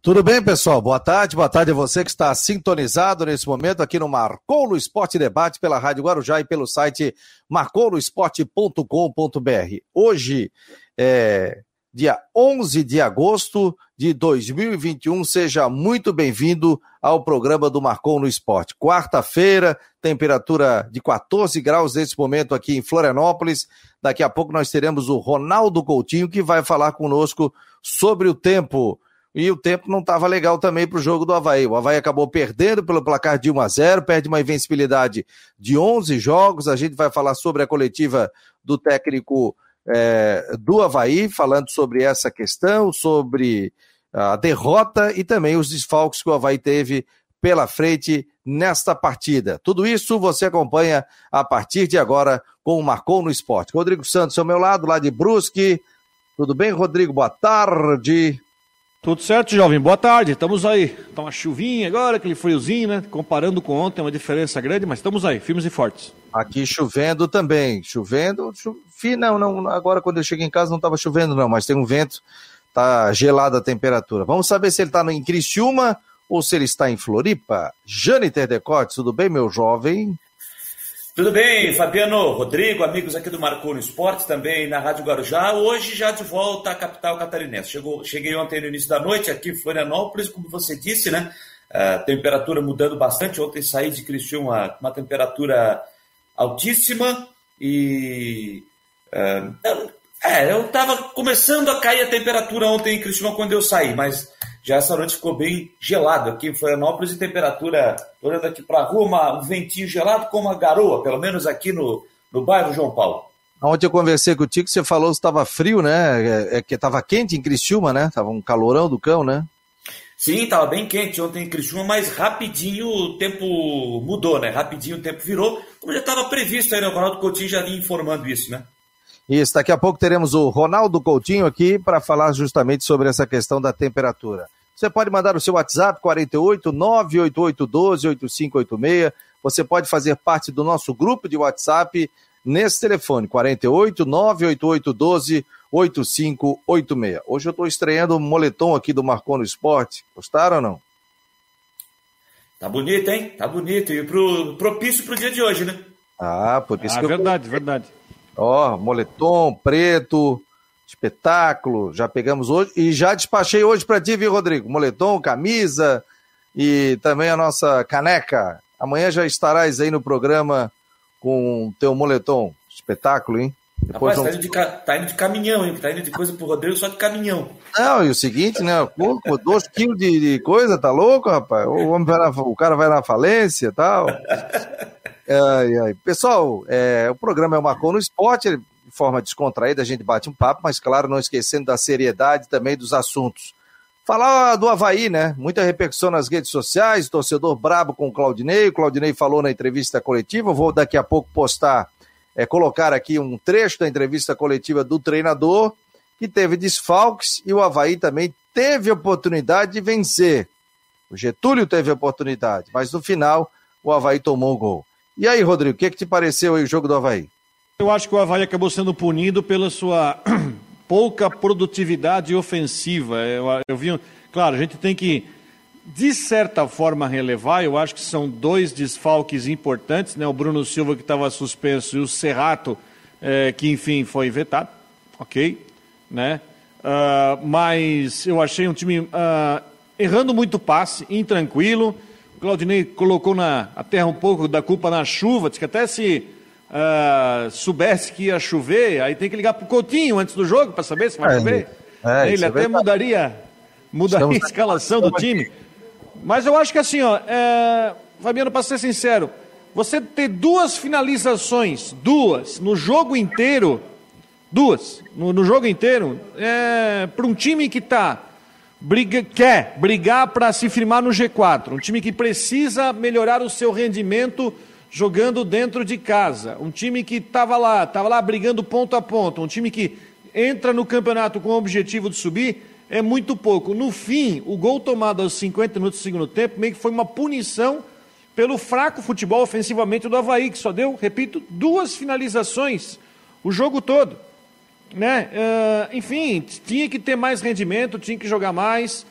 Tudo bem, pessoal? Boa tarde a você que está sintonizado nesse momento aqui no Marcou no Esporte Debate pela Rádio Guarujá e pelo site marcounoesporte.com.br. Hoje é dia 11 de agosto de 2021, seja muito bem-vindo ao programa do Marcou no Esporte. Quarta-feira, temperatura de 14 graus nesse momento aqui em Florianópolis. Daqui a pouco nós teremos o Ronaldo Coutinho que vai falar conosco sobre o tempo. E o tempo não estava legal também para o jogo do Avaí. O Avaí acabou perdendo pelo placar de 1-0, perde uma invencibilidade de 11 jogos. A gente vai falar sobre a coletiva do técnico do Avaí, falando sobre essa questão, sobre a derrota e também os desfalques que o Avaí teve pela frente nesta partida. Tudo isso você acompanha a partir de agora com o Marcou no Esporte. Rodrigo Santos ao meu lado, lá de Brusque. Tudo bem, Rodrigo? Boa tarde. Tudo certo, jovem, boa tarde, estamos aí, tá uma chuvinha agora, aquele friozinho, né, comparando com ontem, é uma diferença grande, mas estamos aí, firmes e fortes. Aqui chovendo também, não, agora quando eu cheguei em casa não estava chovendo não, mas tem um vento, tá gelada a temperatura. Vamos saber se ele está em Criciúma ou se ele está em Floripa. Jâniter Decotes, tudo bem, meu jovem? Tudo bem, Fabiano, Rodrigo, amigos aqui do Marcou no Esporte, também na Rádio Guarujá, hoje já de volta à capital catarinense. Cheguei ontem no início da noite aqui em Florianópolis, como você disse, né? A temperatura mudando bastante. Ontem saí de Criciúma com uma temperatura altíssima e... eu estava começando a cair a temperatura ontem em Criciúma quando eu saí, mas já essa noite ficou bem gelado aqui em Florianópolis e temperatura, olhando aqui para a rua, um ventinho gelado com uma garoa, pelo menos aqui no bairro João Paulo. Ontem eu conversei contigo, você falou que estava frio, né? Que estava quente em Criciúma, né? Estava um calorão do cão, né? Sim, estava bem quente ontem em Criciúma, mas rapidinho o tempo mudou, né? Rapidinho o tempo virou, como já estava previsto aí, né? O Ronaldo Coutinho já vinha informando isso, né? Isso, daqui a pouco teremos o Ronaldo Coutinho aqui para falar justamente sobre essa questão da temperatura. Você pode mandar o seu WhatsApp, 48 988 12 8586. Você pode fazer parte do nosso grupo de WhatsApp nesse telefone, 48 988 12 8586. Hoje eu estou estreando o moletom aqui do Marcou no Esporte. Gostaram ou não? Tá bonito, hein? Tá bonito. E propício pro dia de hoje, né? Por isso que verdade. Moletom preto, espetáculo, já pegamos hoje e já despachei hoje para ti, viu, Rodrigo? Moletom, camisa e também a nossa caneca. Amanhã já estarás aí no programa com o teu moletom. Espetáculo, hein? Depois rapaz, tá indo de caminhão, hein? Tá indo de coisa pro Rodrigo só de caminhão. Não, e o seguinte, né? 2 quilos de coisa, tá louco, rapaz? O cara vai na falência e tal. Pessoal, o programa é o Marcou no Esporte, de forma descontraída, a gente bate um papo, mas claro, não esquecendo da seriedade também dos assuntos. Falar do Avaí, né? Muita repercussão nas redes sociais, torcedor brabo com o Claudinei falou na entrevista coletiva, eu vou daqui a pouco colocar aqui um trecho da entrevista coletiva do treinador, que teve desfalques e o Avaí também teve oportunidade de vencer. O Getúlio teve oportunidade, mas no final o Avaí tomou o gol. E aí, Rodrigo, o que te pareceu aí o jogo do Avaí? Eu acho que o Avaí acabou sendo punido pela sua pouca produtividade ofensiva. Eu vi, claro, a gente tem que, de certa forma, relevar. Eu acho que são 2 desfalques importantes, né? O Bruno Silva, que estava suspenso, e o Serrato, que, enfim, foi vetado. Ok, né? Mas eu achei um time errando muito passe, intranquilo. O Claudinei colocou a terra um pouco da culpa na chuva, disse que até se soubesse que ia chover, aí tem que ligar pro Coutinho antes do jogo para saber se vai chover. Ele até mudaria a escalação do time. Mas eu acho que assim, Fabiano, para ser sincero, você ter 2 finalizações, no jogo inteiro, no jogo inteiro, para um time que quer brigar para se firmar no G4, um time que precisa melhorar o seu rendimento jogando dentro de casa, um time que estava lá brigando ponto a ponto, um time que entra no campeonato com o objetivo de subir, é muito pouco. No fim, o gol tomado aos 50 minutos do segundo tempo meio que foi uma punição pelo fraco futebol ofensivamente do Avaí, que só deu, repito, 2 finalizações o jogo todo, né? Enfim, tinha que ter mais rendimento, tinha que jogar mais.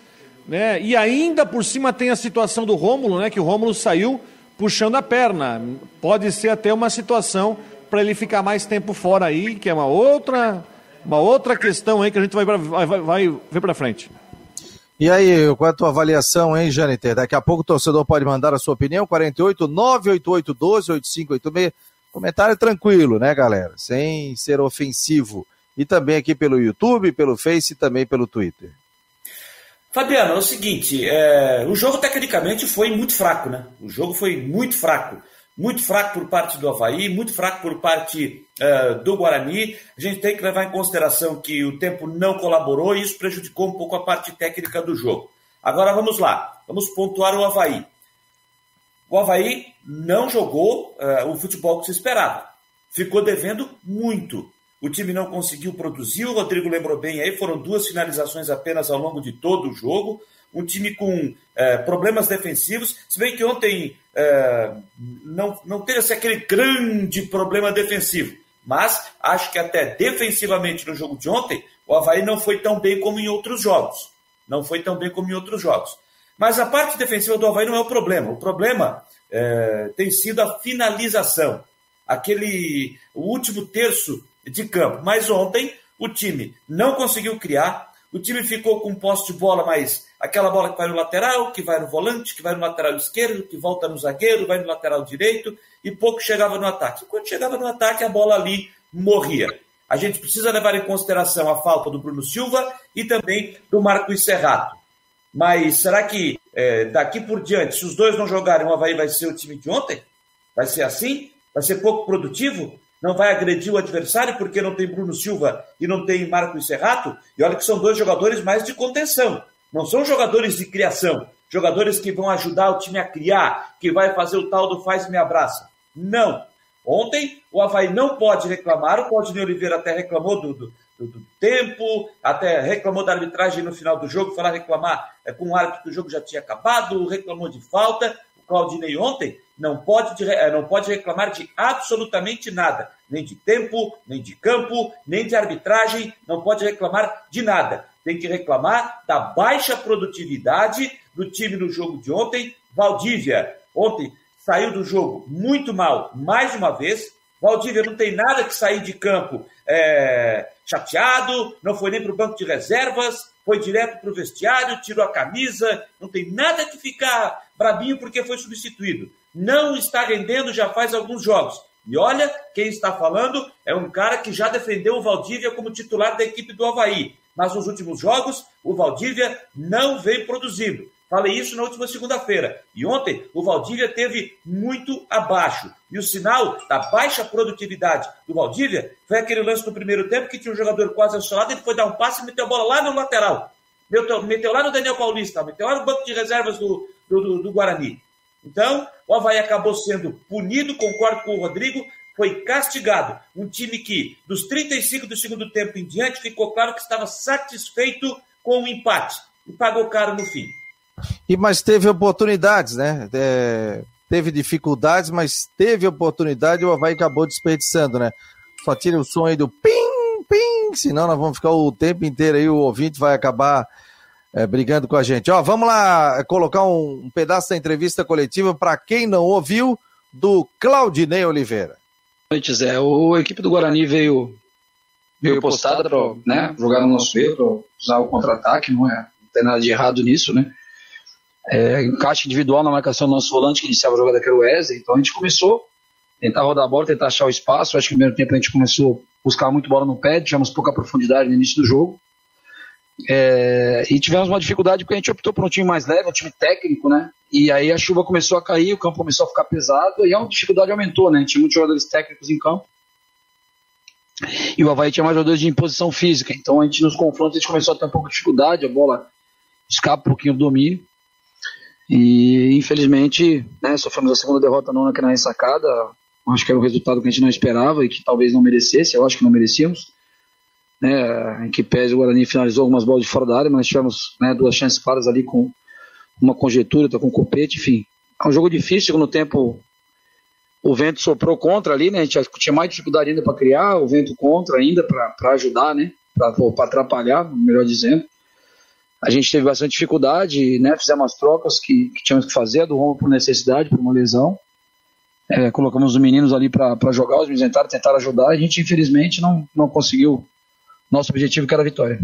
né? E ainda por cima tem a situação do Rômulo, né? Que o Rômulo saiu puxando a perna. Pode ser até uma situação para ele ficar mais tempo fora aí, que é uma outra questão aí que a gente vai ver para frente. E aí, qual é a tua avaliação, hein, Jâniter? Daqui a pouco o torcedor pode mandar a sua opinião, 48-988-12-8586. Comentário tranquilo, né, galera? Sem ser ofensivo. E também aqui pelo YouTube, pelo Face e também pelo Twitter. Fabiano, é o seguinte, o jogo tecnicamente foi muito fraco, né? O jogo foi muito fraco. Muito fraco por parte do Avaí, muito fraco por parte do Guarani. A gente tem que levar em consideração que o tempo não colaborou e isso prejudicou um pouco a parte técnica do jogo. Agora vamos lá, vamos pontuar o Avaí. O Avaí não jogou o futebol que se esperava. Ficou devendo muito. O time não conseguiu produzir, o Rodrigo lembrou bem aí, foram 2 finalizações apenas ao longo de todo o jogo. Um time com problemas defensivos, se bem que ontem não teve assim, aquele grande problema defensivo, mas acho que até defensivamente no jogo de ontem, o Avaí não foi tão bem como em outros jogos. Mas a parte defensiva do Avaí não é o problema tem sido a finalização, o último terço de campo. Mas ontem o time não conseguiu criar, o time ficou com posse de bola, mas aquela bola que vai no lateral, que vai no volante, que vai no lateral esquerdo, que volta no zagueiro, vai no lateral direito, e pouco chegava no ataque. Quando chegava no ataque, a bola ali morria. A gente precisa levar em consideração a falta do Bruno Silva e também do Marcos Serrato. Mas será que daqui por diante, se os dois não jogarem, o Avaí vai ser o time de ontem? Vai ser assim? Vai ser pouco produtivo? Não vai agredir o adversário porque não tem Bruno Silva e não tem Marcos Serrato? E olha que são 2 jogadores mais de contenção. Não são jogadores de criação. Jogadores que vão ajudar o time a criar, que vai fazer o tal do faz e me abraça. Não. Ontem o Avaí não pode reclamar. O Claudinei Oliveira até reclamou do tempo, até reclamou da arbitragem no final do jogo, foi lá reclamar com o árbitro que o jogo já tinha acabado, reclamou de falta. O Claudinei ontem não pode reclamar de absolutamente nada, nem de tempo, nem de campo, nem de arbitragem, não pode reclamar de nada. Tem que reclamar da baixa produtividade do time no jogo de ontem. Valdívia, ontem, saiu do jogo muito mal, mais uma vez. Valdívia não tem nada que sair de campo chateado, não foi nem para o banco de reservas, foi direto para o vestiário, tirou a camisa, não tem nada que ficar brabinho porque foi substituído. Não está rendendo já faz alguns jogos. E olha, quem está falando é um cara que já defendeu o Valdívia como titular da equipe do Avaí. Mas nos últimos jogos, o Valdívia não vem produzindo. Falei isso na última segunda-feira. E ontem, o Valdívia teve muito abaixo. E o sinal da baixa produtividade do Valdívia foi aquele lance no primeiro tempo que tinha um jogador quase ao seu lado, ele foi dar um passe e meteu a bola lá no lateral. Meteu lá no Daniel Paulista, meteu lá no banco de reservas do Guarani. Então, o Avaí acabou sendo punido, concordo com o Rodrigo, foi castigado. Um time que, dos 35 do segundo tempo em diante, ficou claro que estava satisfeito com o empate. E pagou caro no fim. Mas teve oportunidades, né? Teve dificuldades, mas teve oportunidade e o Avaí acabou desperdiçando, né? Só tira o som aí do pim, pim, senão nós vamos ficar o tempo inteiro aí, o ouvinte vai acabar brigando com a gente. Ó, vamos lá colocar um pedaço da entrevista coletiva para quem não ouviu, do Claudinei Oliveira. Boa noite, Zé. A equipe do Guarani veio postada para jogar no nosso erro, para usar o contra-ataque, não tem nada de errado nisso, né? Encaixe individual na marcação do nosso volante que iniciava a jogada, que era o Wesley. Então a gente começou a tentar rodar a bola, tentar achar o espaço. Acho que no primeiro tempo a gente começou a buscar muito bola no pé, tivemos pouca profundidade no início do jogo. E tivemos uma dificuldade porque a gente optou por um time mais leve, um time técnico, né? E aí a chuva começou a cair, o campo começou a ficar pesado e a dificuldade aumentou, né? Tinha muitos jogadores técnicos em campo e o Avaí tinha mais jogadores de imposição física. Então a gente nos confrontos a gente começou a ter um pouco de dificuldade, a bola escapa um pouquinho do domínio. E infelizmente, né, sofremos a segunda derrota nona aqui na ressacada. Acho que era um resultado que a gente não esperava e que talvez não merecesse. Eu acho que não merecíamos, né? Em que pese o Guarani finalizou algumas bolas de fora da área, mas nós tivemos, né, 2 chances claras ali com uma conjectura, com o Copete, enfim. É um jogo difícil. Segundo tempo o vento soprou contra ali, né? A gente tinha mais dificuldade ainda para criar, o vento contra ainda para ajudar, né? Para atrapalhar, melhor dizendo. a gente teve bastante dificuldade, né? Fizemos as trocas que tínhamos que fazer, do Romulo por necessidade, por uma lesão. Colocamos os meninos ali para jogar, os meninos tentaram ajudar, a gente infelizmente não conseguiu nosso objetivo, que era a vitória.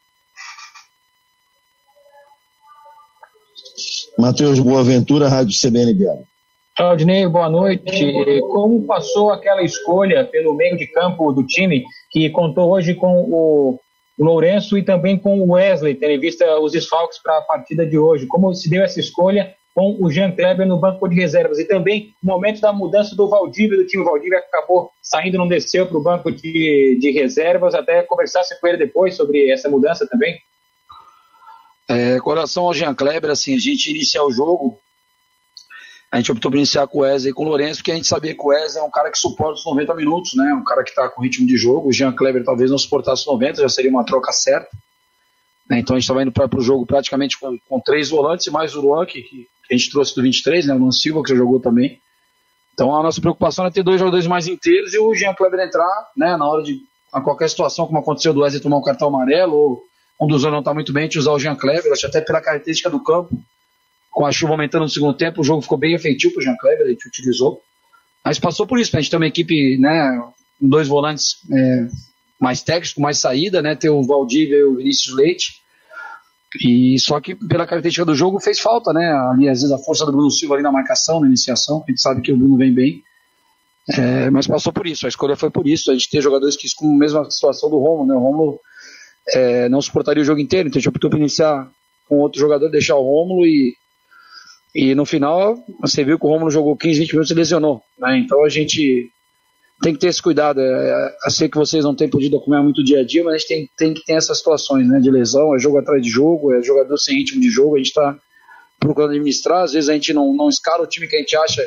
Matheus Boaventura, Rádio CBN Biara. Claudinei, boa noite. Como passou aquela escolha pelo meio de campo do time, que contou hoje com o Lourenço e também com o Wesley, tendo em vista os desfalques para a partida de hoje? Como se deu essa escolha com o Jean Kleber no banco de reservas? E também o momento da mudança do Valdívia, do time Valdívia, que acabou saindo, não desceu para o banco de reservas. Até conversasse com ele depois sobre essa mudança também. Com relação ao Jean Kleber, assim, a gente iniciar o jogo, a gente optou por iniciar com o Wesley e com o Lourenço, porque a gente sabia que o Wesley é um cara que suporta os 90 minutos, né? Um cara que está com ritmo de jogo. O Jean Kleber talvez não suportasse os 90, já seria uma troca certa. Então a gente estava indo para o jogo praticamente com 3 volantes e mais o Luan, que a gente trouxe do 23, né? O Luan Silva, que já jogou também. Então a nossa preocupação era ter 2 jogadores mais inteiros e o Jean Kleber entrar, né? Na hora de qualquer situação, como aconteceu do Wesley tomar um cartão amarelo, ou um dos dois não está muito bem, a gente usar o Jean Kleber. Acho até pela característica do campo, com a chuva aumentando no segundo tempo, o jogo ficou bem efetivo para o Jean Kleber, a gente utilizou. Mas passou por isso, a gente tem uma equipe, né, com 2 volantes mais técnicos, com mais saída, né, ter o Valdívia e o Vinícius Leite. E só que pela característica do jogo fez falta, né, ali às vezes a força do Bruno Silva ali na marcação, na iniciação, a gente sabe que o Bruno vem bem. Mas passou por isso, a escolha foi por isso, a gente ter jogadores que com a mesma situação do Romulo, né, o Romulo não suportaria o jogo inteiro, então a gente optou por iniciar com outro jogador, deixar o Romulo e no final, você viu que o Romulo jogou 15, 20 minutos e lesionou, né? Então a gente tem que ter esse cuidado. Eu sei que vocês não têm podido acompanhar muito o dia a dia, mas a gente tem que ter essas situações, né? De lesão, é jogo atrás de jogo, é jogador sem ritmo de jogo, a gente está procurando administrar. Às vezes a gente não escala o time que a gente acha,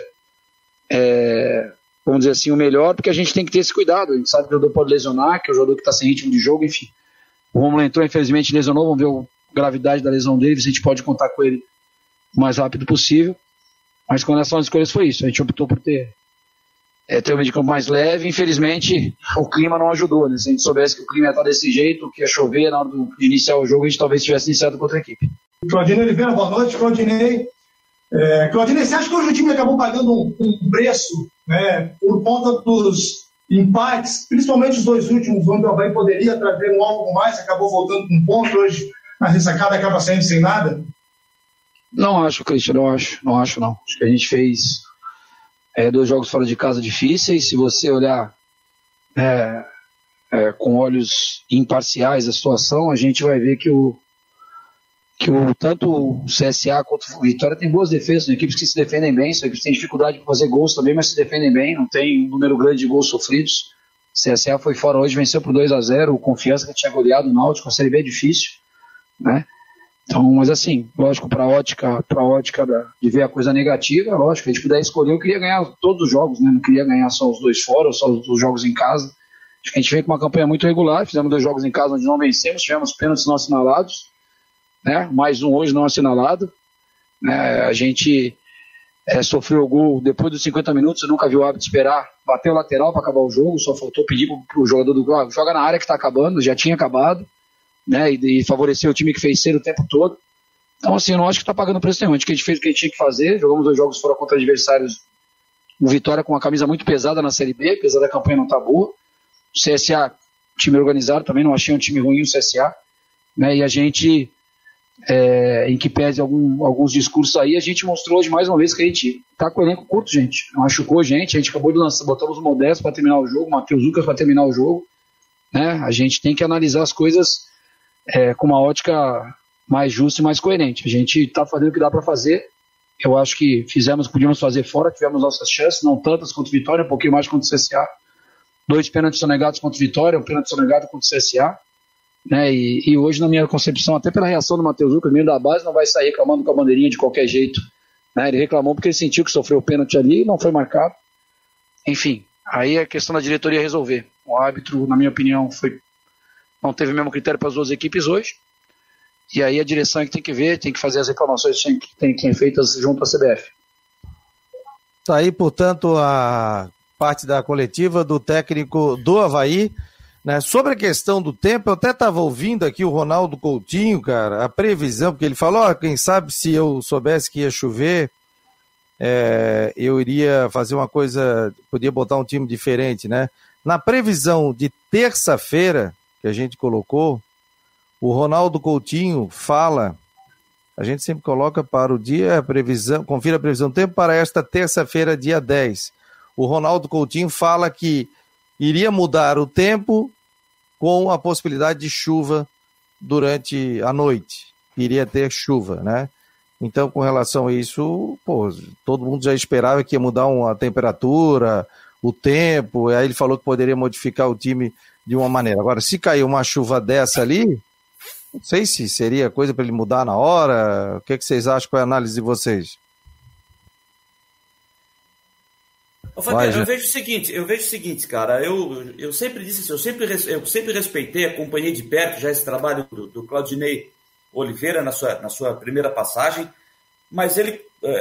vamos dizer assim, o melhor, porque a gente tem que ter esse cuidado. A gente sabe que o jogador pode lesionar, que é o jogador que está sem ritmo de jogo, enfim. O Romulo entrou, infelizmente lesionou, vamos ver a gravidade da lesão dele, se a gente pode contar com ele o mais rápido possível. Mas com relação às escolhas foi isso, a gente optou por ter um meio de campo mais leve. Infelizmente o clima não ajudou, né? Se a gente soubesse que o clima ia estar desse jeito, que ia chover na hora de iniciar o jogo, a gente talvez tivesse iniciado com outra equipe. Claudinei Oliveira, boa noite. Claudinei, você acha que hoje o time acabou pagando um preço, né, por conta dos empates, principalmente os 2 últimos, onde o Avaí poderia trazer algo mais, acabou voltando com um ponto, hoje a ressacada acaba saindo sem nada? Não acho, Cristian, não acho. Acho que a gente fez 2 jogos fora de casa difíceis. Se você olhar com olhos imparciais a situação, a gente vai ver que tanto o CSA quanto o Vitória tem boas defesas, são equipes que se defendem bem, são equipes que têm dificuldade para fazer gols também, mas se defendem bem, não tem um número grande de gols sofridos. O CSA foi fora hoje, venceu por 2-0, o Confiança que tinha goleado o Náutico, a Série B é difícil, né? Então, mas assim, lógico, para a ótica de ver a coisa negativa, lógico, a gente puder escolher, eu queria ganhar todos os jogos, né? Não queria ganhar só os 2 fora, ou só os jogos em casa. Acho que a gente vem com uma campanha muito regular, fizemos 2 jogos em casa onde não vencemos, tivemos pênaltis não assinalados, né? Mais um hoje não assinalado. A gente sofreu o gol depois dos 50 minutos, eu nunca vi o árbitro esperar, bateu o lateral para acabar o jogo, só faltou pedir para o jogador do gol, joga na área que está acabando, já tinha acabado. Né, e favorecer o time que fez ser o tempo todo. Então assim, eu não acho que está pagando preço nenhum. A gente fez o que a gente tinha que fazer, jogamos 2 jogos fora contra adversários, o Vitória com uma camisa muito pesada na Série B, apesar da campanha não estar boa. O CSA, time organizado, também não achei um time ruim o CSA, né, e a gente em que pese alguns discursos aí, a gente mostrou hoje mais uma vez que a gente está com o elenco curto, gente, machucou a gente acabou de lançar, botamos o Modesto para terminar o jogo, o Matheus Lucas para terminar o jogo, né, a gente tem que analisar as coisas com uma ótica mais justa e mais coerente. A gente está fazendo o que dá para fazer. Eu acho que podíamos fazer fora, tivemos nossas chances, não tantas quanto o Vitória, um pouquinho mais contra o CSA. 2 pênaltis sonegados contra o Vitória, 1 pênalti sonegado contra o CSA. Né? E hoje, na minha concepção, até pela reação do Matheus Lucas, menino da base, não vai sair reclamando com a bandeirinha de qualquer jeito. Né? Ele reclamou porque ele sentiu que sofreu o pênalti ali e não foi marcado. Enfim, aí é questão da diretoria resolver. O árbitro, na minha opinião, não teve o mesmo critério para as 2 equipes hoje, e aí a direção é que tem que ver, tem que fazer as reclamações que tem que ser feitas junto à CBF. Está aí, portanto, a parte da coletiva do técnico do Avaí, Né? Sobre a questão do tempo, eu até estava ouvindo aqui o Ronaldo Coutinho, cara, a previsão, porque ele falou, quem sabe se eu soubesse que ia chover, eu iria fazer uma coisa, podia botar um time diferente, né? Na previsão de terça-feira, que a gente colocou, o Ronaldo Coutinho fala, a gente sempre coloca para o dia, a previsão, confira a previsão do tempo para esta terça-feira, dia 10. O Ronaldo Coutinho fala que iria mudar o tempo com a possibilidade de chuva durante a noite. Iria ter chuva, né? Então, com relação a isso, todo mundo já esperava que ia mudar a temperatura, o tempo, aí ele falou que poderia modificar o time de uma maneira. Agora, se cair uma chuva dessa ali, não sei se seria coisa para ele mudar na hora. O que vocês acham? Qual é a análise de vocês? Fabiano, eu vejo o seguinte, cara, eu sempre disse assim, eu sempre respeitei, acompanhei de perto já esse trabalho do Claudinei Oliveira na sua primeira passagem, mas ele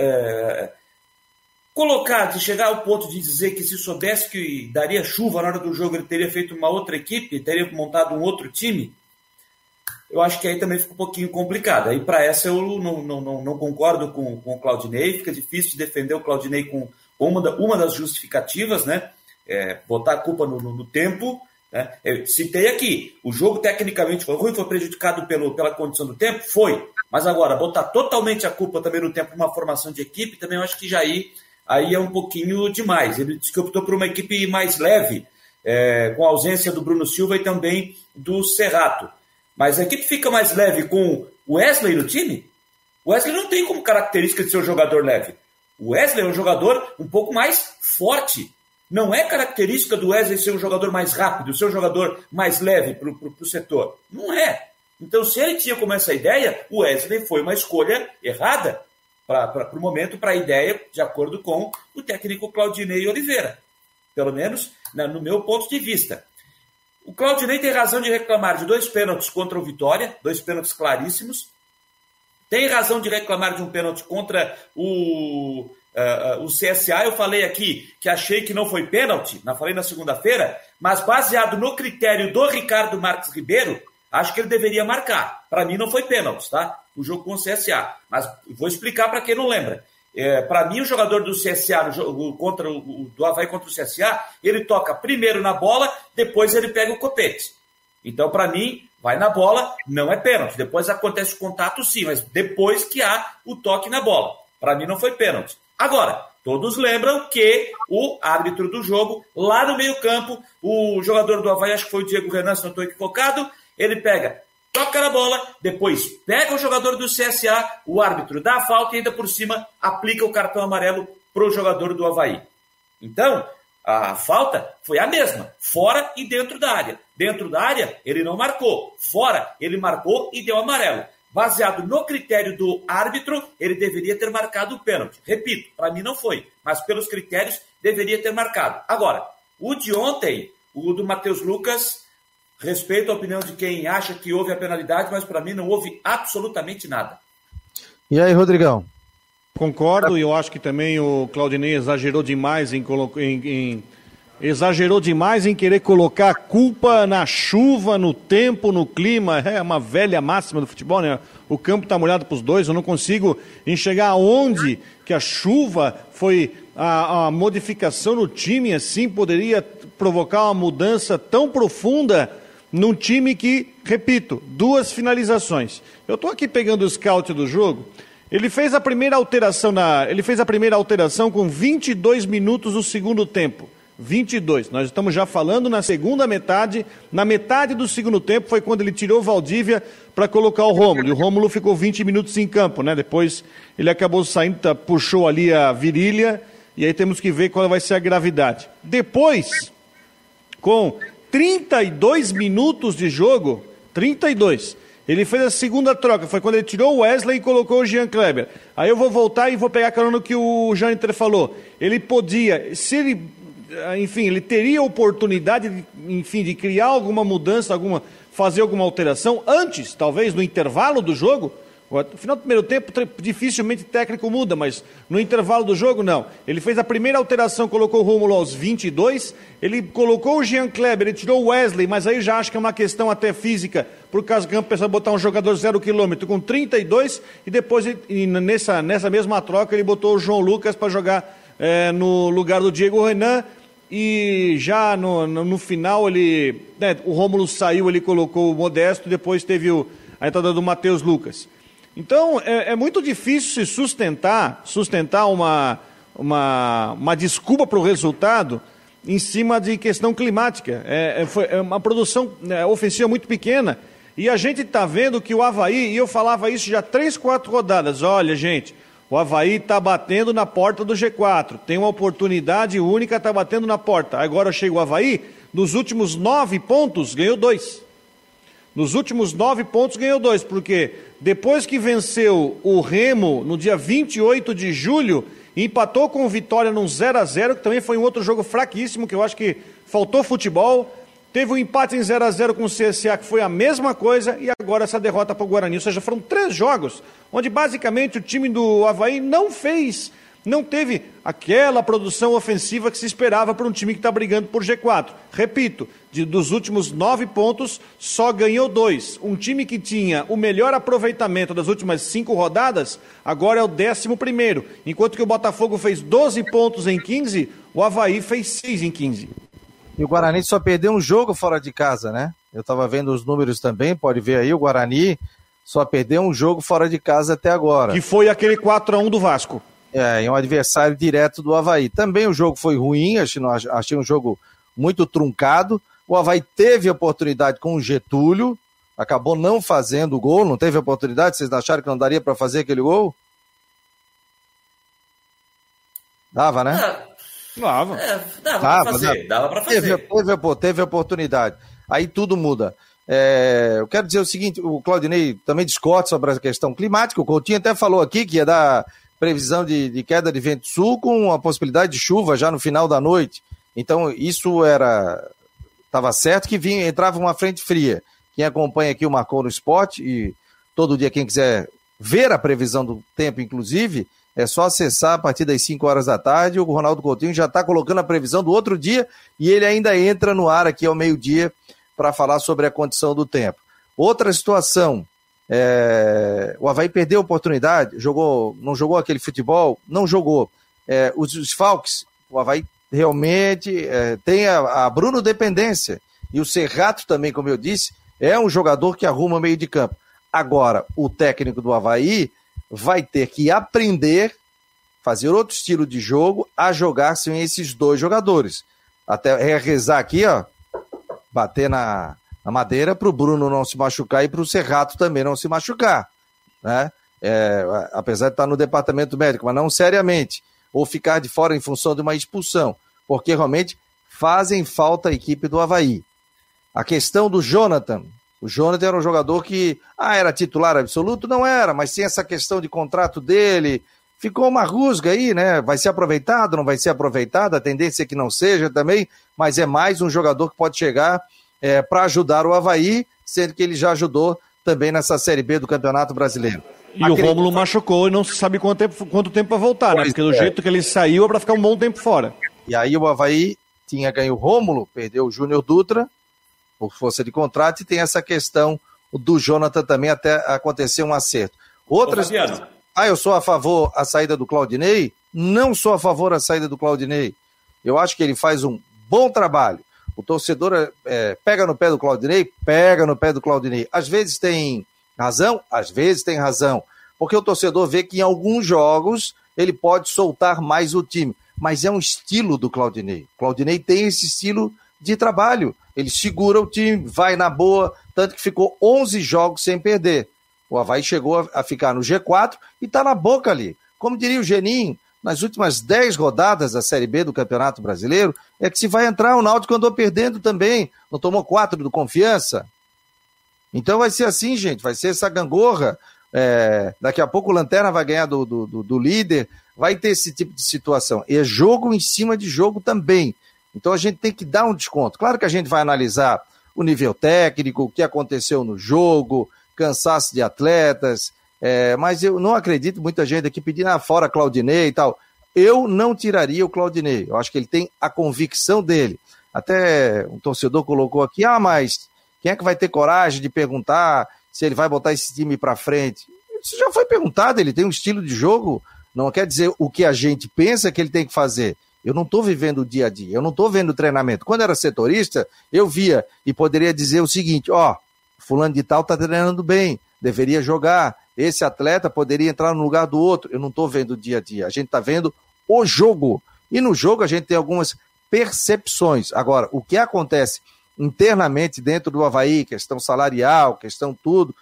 chegar ao ponto de dizer que se soubesse que daria chuva na hora do jogo, ele teria feito uma outra equipe, teria montado um outro time, eu acho que aí também fica um pouquinho complicado. Aí para essa eu não concordo com o Claudinei, fica difícil de defender o Claudinei com uma das justificativas, né? Botar a culpa no tempo. Né? Eu citei aqui, o jogo tecnicamente foi ruim, foi prejudicado pela condição do tempo? Foi. Mas agora, botar totalmente a culpa também no tempo numa formação de equipe, também eu acho que já aí é um pouquinho demais. Ele disse que optou por uma equipe mais leve, com a ausência do Bruno Silva e também do Serrato. Mas a equipe fica mais leve com o Wesley no time? O Wesley não tem como característica de ser um jogador leve. O Wesley é um jogador um pouco mais forte. Não é característica do Wesley ser um jogador mais rápido, ser um jogador mais leve para o setor. Não é. Então, se ele tinha como essa ideia, o Wesley foi uma escolha errada para o momento, para a ideia, de acordo com o técnico Claudinei Oliveira. Pelo menos no meu ponto de vista. O Claudinei tem razão de reclamar de 2 pênaltis contra o Vitória, 2 pênaltis claríssimos. Tem razão de reclamar de um pênalti contra o CSA. Eu falei aqui que achei que não foi pênalti, falei na segunda-feira, mas baseado no critério do Ricardo Marques Ribeiro, acho que ele deveria marcar. Para mim não foi pênalti, tá? O jogo com o CSA. Mas vou explicar para quem não lembra. Para mim, o jogador do CSA, do Avaí contra o CSA, ele toca primeiro na bola, depois ele pega o copete. Então, para mim, vai na bola, não é pênalti. Depois acontece o contato, sim, mas depois que há o toque na bola. Para mim, não foi pênalti. Agora, todos lembram que o árbitro do jogo, lá no meio-campo, o jogador do Avaí, acho que foi o Diego Renan, se não estou equivocado, ele toca na bola, depois pega o jogador do CSA, o árbitro dá a falta e ainda por cima aplica o cartão amarelo para o jogador do Avaí. Então, a falta foi a mesma, fora e dentro da área. Dentro da área, ele não marcou. Fora, ele marcou e deu amarelo. Baseado no critério do árbitro, ele deveria ter marcado o pênalti. Repito, para mim não foi, mas pelos critérios deveria ter marcado. Agora, o de ontem, o do Matheus Lucas, respeito a opinião de quem acha que houve a penalidade, mas para mim não houve absolutamente nada. E aí, Rodrigão? Concordo, e eu acho que também o Claudinei exagerou demais em querer colocar a culpa na chuva, no tempo, no clima. É uma velha máxima do futebol, né? O campo está molhado para os dois, eu não consigo enxergar aonde que a chuva foi a modificação no time, assim, poderia provocar uma mudança tão profunda num time que, repito, 2 finalizações. Eu estou aqui pegando o scout do jogo. Ele fez a primeira alteração com 22 minutos do segundo tempo. 22. Nós estamos já falando na segunda metade. Na metade do segundo tempo foi quando ele tirou o Valdívia para colocar o Rômulo. E o Rômulo ficou 20 minutos em campo, né? Depois ele acabou saindo, puxou ali a virilha. E aí temos que ver qual vai ser a gravidade. Depois, com 32 minutos de jogo, 32, ele fez a segunda troca, foi quando ele tirou o Wesley e colocou o Jean Kleber. Aí eu vou voltar e vou pegar a carona no que o Jâniter falou. Ele podia, ele teria oportunidade, de criar alguma mudança, fazer alguma alteração antes, talvez, no intervalo do jogo, No final do primeiro tempo, dificilmente o técnico muda, mas no intervalo do jogo, não. Ele fez a primeira alteração, colocou o Rômulo aos 22, ele colocou o Jean Kleber, ele tirou o Wesley, mas aí já acho que é uma questão até física, por causa que pensou botar um jogador 0 km com 32, e depois, nessa mesma troca, ele botou o João Lucas para jogar no lugar do Diego Renan, e já no final, o Rômulo saiu, ele colocou o Modesto, depois teve a entrada do Matheus Lucas. Então, é muito difícil se sustentar uma desculpa para o resultado em cima de questão climática. É uma produção ofensiva muito pequena. E a gente está vendo que o Avaí, e eu falava isso já 3, 4 rodadas, olha, gente, o Avaí está batendo na porta do G4, tem uma oportunidade única, está batendo na porta. Agora chega o Avaí, nos últimos 9 pontos, ganhou 2. Nos últimos 9 pontos ganhou 2, porque depois que venceu o Remo no dia 28 de julho, empatou com o Vitória num 0-0, que também foi um outro jogo fraquíssimo, que eu acho que faltou futebol. Teve um empate em 0-0 com o CSA, que foi a mesma coisa, e agora essa derrota para o Guarani. Ou seja, foram 3 jogos, onde basicamente o time do Avaí não teve aquela produção ofensiva que se esperava para um time que está brigando por G4. Repito, dos últimos 9 pontos, só ganhou 2. Um time que tinha o melhor aproveitamento das últimas 5 rodadas, agora é o 11º. Enquanto que o Botafogo fez 12 pontos em 15, o Avaí fez 6 em 15. E o Guarani só perdeu um jogo fora de casa, né? Eu estava vendo os números também, pode ver aí, o Guarani só perdeu um jogo fora de casa até agora. Que foi aquele 4-1 do Vasco. É um adversário direto do Avaí. Também o jogo foi ruim, achei um jogo muito truncado. O Avaí teve oportunidade com o Getúlio, acabou não fazendo o gol, não teve oportunidade? Vocês acharam que não daria para fazer aquele gol? Dava, né? Dava para fazer. Teve oportunidade. Aí tudo muda. Eu quero dizer o seguinte, o Claudinei também discute sobre a questão climática, o Coutinho até falou aqui que ia dar previsão de queda de vento sul com a possibilidade de chuva já no final da noite. Então, isso estava certo que entrava uma frente fria. Quem acompanha aqui o Marcou no Esporte, e todo dia quem quiser ver a previsão do tempo, inclusive, é só acessar a partir das 5 horas da tarde. O Ronaldo Coutinho já está colocando a previsão do outro dia e ele ainda entra no ar aqui ao meio-dia para falar sobre a condição do tempo. Outra situação, o Avaí perdeu a oportunidade, não jogou aquele futebol, não jogou. Os desfalques, o Avaí realmente tem a Bruno dependência, e o Serrato também, como eu disse, é um jogador que arruma meio de campo. Agora, o técnico do Avaí vai ter que aprender, fazer outro estilo de jogo, a jogar sem esses 2 jogadores. Até rezar aqui, ó, bater na madeira para o Bruno não se machucar e para o Serrato também não se machucar, né? Apesar de estar no departamento médico, mas não seriamente, ou ficar de fora em função de uma expulsão, porque realmente fazem falta a equipe do Avaí. A questão do Jonathan, o Jonathan era um jogador que era titular absoluto? Não era, mas tem essa questão de contrato dele, ficou uma rusga aí, né? Vai ser aproveitado, não vai ser aproveitado, a tendência é que não seja também, mas é mais um jogador que pode chegar para ajudar o Avaí, sendo que ele já ajudou também nessa Série B do Campeonato Brasileiro. E o Rômulo machucou e não se sabe quanto tempo vai voltar, né? Porque do jeito que ele saiu é para ficar um bom tempo fora. E aí o Avaí tinha ganho o Rômulo, perdeu o Júnior Dutra, por força de contrato, e tem essa questão do Jonathan também até acontecer um acerto. Eu sou a favor da saída do Claudinei? Não sou a favor da saída do Claudinei. Eu acho que ele faz um bom trabalho. O torcedor pega no pé do Claudinei? Pega no pé do Claudinei. Às vezes tem razão? Às vezes tem razão. Porque o torcedor vê que em alguns jogos ele pode soltar mais o time. Mas é um estilo do Claudinei. O Claudinei tem esse estilo de trabalho. Ele segura o time, vai na boa, tanto que ficou 11 jogos sem perder. O Avaí chegou a ficar no G4 e está na boca ali. Como diria o Geninho, nas últimas 10 rodadas da Série B do Campeonato Brasileiro, é que se vai entrar, o Náutico andou perdendo também. Não tomou 4 do Confiança. Então vai ser assim, gente, vai ser essa gangorra. Daqui a pouco o Lanterna vai ganhar do líder, vai ter esse tipo de situação. E é jogo em cima de jogo também. Então a gente tem que dar um desconto. Claro que a gente vai analisar o nível técnico, o que aconteceu no jogo, cansaço de atletas, Mas eu não acredito, muita gente aqui pedindo fora Claudinei e tal. Eu não tiraria o Claudinei. Eu acho que ele tem a convicção dele. Até um torcedor colocou aqui, mas quem é que vai ter coragem de perguntar se ele vai botar esse time para frente? Isso já foi perguntado, ele tem um estilo de jogo, não quer dizer o que a gente pensa que ele tem que fazer. Eu não estou vivendo o dia a dia, eu não estou vendo o treinamento. Quando eu era setorista, eu via e poderia dizer o seguinte, fulano de tal está treinando bem, deveria jogar, esse atleta poderia entrar no lugar do outro. Eu não estou vendo o dia a dia, a gente está vendo o jogo. E no jogo a gente tem algumas percepções. Agora, o que acontece internamente dentro do Avaí, questão salarial, questão tudo,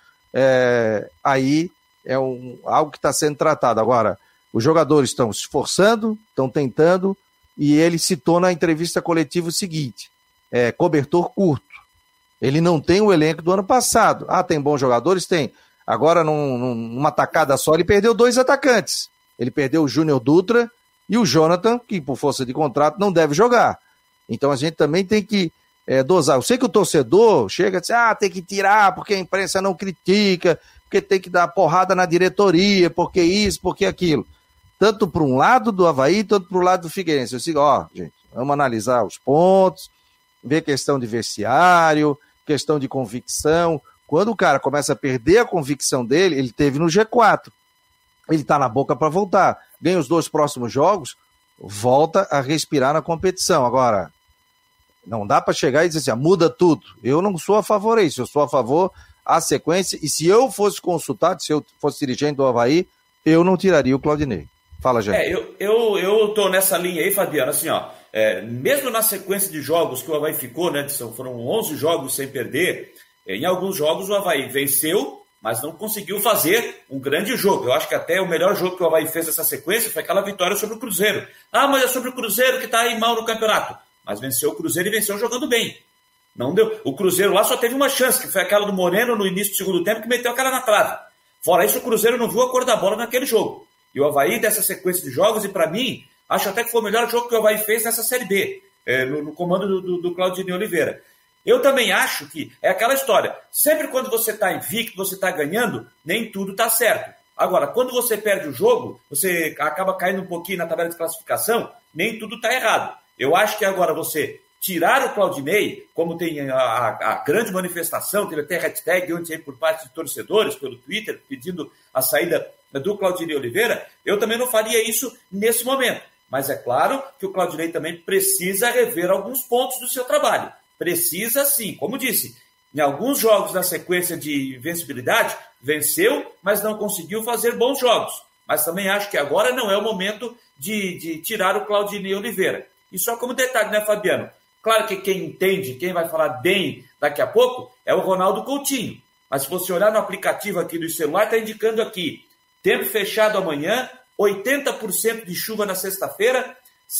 aí é algo que está sendo tratado. Agora, os jogadores estão se esforçando, estão tentando, e ele citou na entrevista coletiva o seguinte, cobertor curto. Ele não tem o elenco do ano passado. Tem bons jogadores? Tem. Agora, numa tacada só, ele perdeu 2 atacantes. Ele perdeu o Júnior Dutra e o Jonathan, que por força de contrato não deve jogar. Então a gente também tem que dosar. Eu sei que o torcedor chega e diz, tem que tirar porque a imprensa não critica, porque tem que dar porrada na diretoria, porque isso, porque aquilo. Tanto para um lado do Avaí, tanto para o lado do Figueirense. Eu digo, gente, vamos analisar os pontos, ver questão de vestiário, questão de convicção. Quando o cara começa a perder a convicção dele, ele teve no G4. Ele está na boca para voltar. Ganha os 2 próximos jogos, volta a respirar na competição. Agora, não dá para chegar e dizer assim, muda tudo. Eu não sou a favor disso, eu sou a favor à sequência. E se eu fosse consultado, se eu fosse dirigente do Avaí, eu não tiraria o Claudinei. Fala, gente. Eu tô nessa linha aí, Fabiano, assim, mesmo na sequência de jogos que o Avaí ficou, né, foram 11 jogos sem perder, em alguns jogos o Avaí venceu, mas não conseguiu fazer um grande jogo. Eu acho que até o melhor jogo que o Avaí fez nessa sequência foi aquela vitória sobre o Cruzeiro. Mas é sobre o Cruzeiro que está aí mal no campeonato. Mas venceu o Cruzeiro e venceu jogando bem. Não deu. O Cruzeiro lá só teve uma chance, que foi aquela do Moreno no início do segundo tempo, que meteu a cara na trave. Fora isso, o Cruzeiro não viu a cor da bola naquele jogo. E o Avaí, dessa sequência de jogos, e para mim, acho até que foi o melhor jogo que o Avaí fez nessa Série B, no comando do Claudinei Oliveira. Eu também acho que é aquela história, sempre quando você está invicto, você está ganhando, nem tudo está certo. Agora, quando você perde o jogo, você acaba caindo um pouquinho na tabela de classificação, nem tudo está errado. Eu acho que agora você tirar o Claudinei, como tem a grande manifestação, teve até hashtag ontem por parte de torcedores pelo Twitter, pedindo a saída do Claudinei Oliveira, eu também não faria isso nesse momento. Mas é claro que o Claudinei também precisa rever alguns pontos do seu trabalho. Precisa sim, como disse, em alguns jogos na sequência de invencibilidade, venceu, mas não conseguiu fazer bons jogos. Mas também acho que agora não é o momento de tirar o Claudinei Oliveira. E só como detalhe, né, Fabiano? Claro que quem entende, quem vai falar bem daqui a pouco, é o Ronaldo Coutinho. Mas se você olhar no aplicativo aqui do celular, está indicando aqui, tempo fechado amanhã, 80% de chuva na sexta-feira,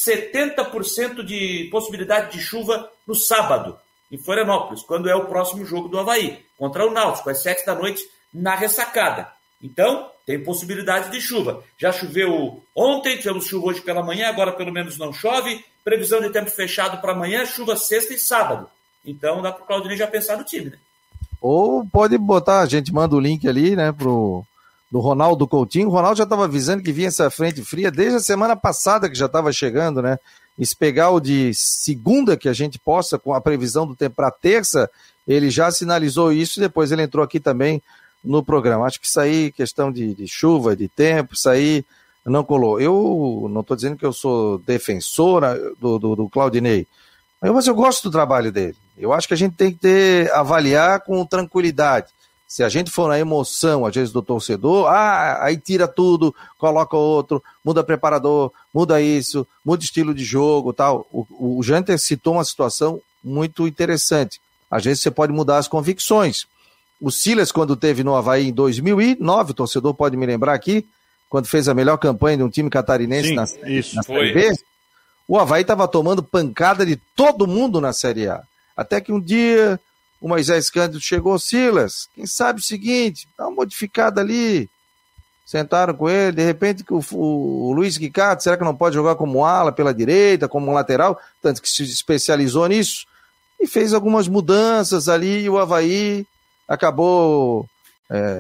70% de possibilidade de chuva no sábado, em Florianópolis, quando é o próximo jogo do Avaí, contra o Náutico, às 7 da noite, na ressacada. Então, tem possibilidade de chuva. Já choveu ontem, tivemos chuva hoje pela manhã, agora pelo menos não chove. Previsão de tempo fechado para amanhã, chuva sexta e sábado. Então, dá para o Claudinei já pensar no time, né? Ou pode botar, a gente manda o link ali, né, do Ronaldo Coutinho. O Ronaldo já estava avisando que vinha essa frente fria desde a semana passada, que já estava chegando, né? E se pegar o de segunda, que a gente possa, com a previsão do tempo para terça, ele já sinalizou isso e depois ele entrou aqui também no programa. Acho que isso aí, questão de chuva, de tempo, isso aí não colou. Eu não estou dizendo que eu sou defensora do Claudinei, mas eu gosto do trabalho dele. Eu acho que a gente tem que avaliar com tranquilidade. Se a gente for na emoção, às vezes, do torcedor, aí tira tudo, coloca outro, muda preparador, muda isso, muda estilo de jogo, tal. O Janter citou uma situação muito interessante. Às vezes você pode mudar as convicções. O Silas, quando teve no Avaí em 2009, o torcedor pode me lembrar aqui, quando fez a melhor campanha de um time catarinense na Série B, o Avaí estava tomando pancada de todo mundo na Série A. Até que um dia o Moisés Cândido chegou, Silas, quem sabe o seguinte, dá uma modificada ali. Sentaram com ele, de repente o Luiz Ricardo, será que não pode jogar como ala pela direita, como lateral? Tanto que se especializou nisso. E fez algumas mudanças ali e o Avaí acabou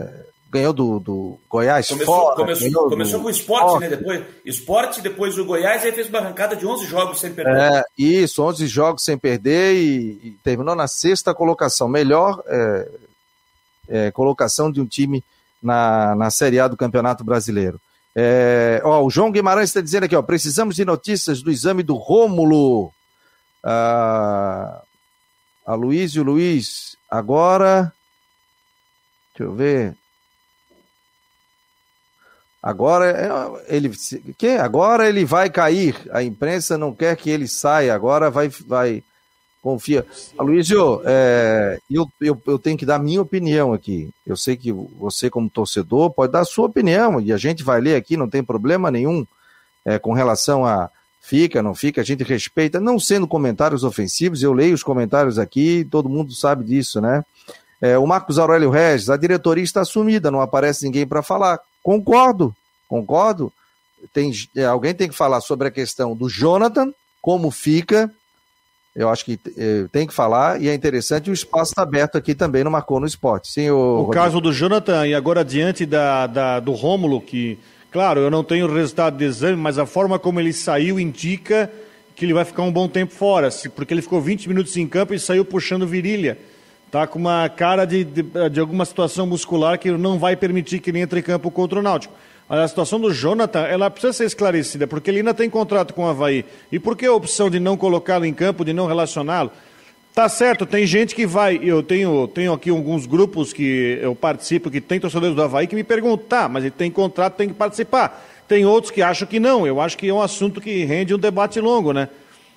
ganhou do Goiás começou com o Sport, né? Depois o Goiás, aí fez uma arrancada de 11 jogos sem perder. Isso, 11 jogos sem perder e terminou na 6ª colocação. Melhor colocação de um time na Série A do Campeonato Brasileiro. O João Guimarães está dizendo aqui, precisamos de notícias do exame do Rômulo. A Luiz, agora... Deixa eu ver... Agora ele vai cair. A imprensa não quer que ele saia. Agora vai confia. Aloysio, eu tenho que dar minha opinião aqui. Eu sei que você, como torcedor, pode dar a sua opinião e a gente vai ler aqui, não tem problema nenhum com relação a fica, não fica, a gente respeita, não sendo comentários ofensivos. Eu leio os comentários aqui, todo mundo sabe disso, né? O Marcos Aurélio Regis, a diretoria está sumida, não aparece ninguém para falar. Concordo. Alguém tem que falar sobre a questão do Jonathan, como fica. Eu acho que tem que falar, e é interessante, o espaço está aberto aqui também no Marcou no Esporte. Sim, o caso do Jonathan, e agora diante do Rômulo, que, claro, eu não tenho o resultado do exame, mas a forma como ele saiu indica que ele vai ficar um bom tempo fora, porque ele ficou 20 minutos em campo e saiu puxando virilha. Tá com uma cara de alguma situação muscular que não vai permitir que ele entre em campo contra o Náutico. A situação do Jonathan, ela precisa ser esclarecida, porque ele ainda tem contrato com o Avaí. E por que a opção de não colocá-lo em campo, de não relacioná-lo? Tá certo, tem gente que vai... Eu tenho aqui alguns grupos que eu participo, que tem torcedores do Avaí, que me perguntam, mas ele tem contrato, tem que participar. Tem outros que acham que não. Eu acho que é um assunto que rende um debate longo, né?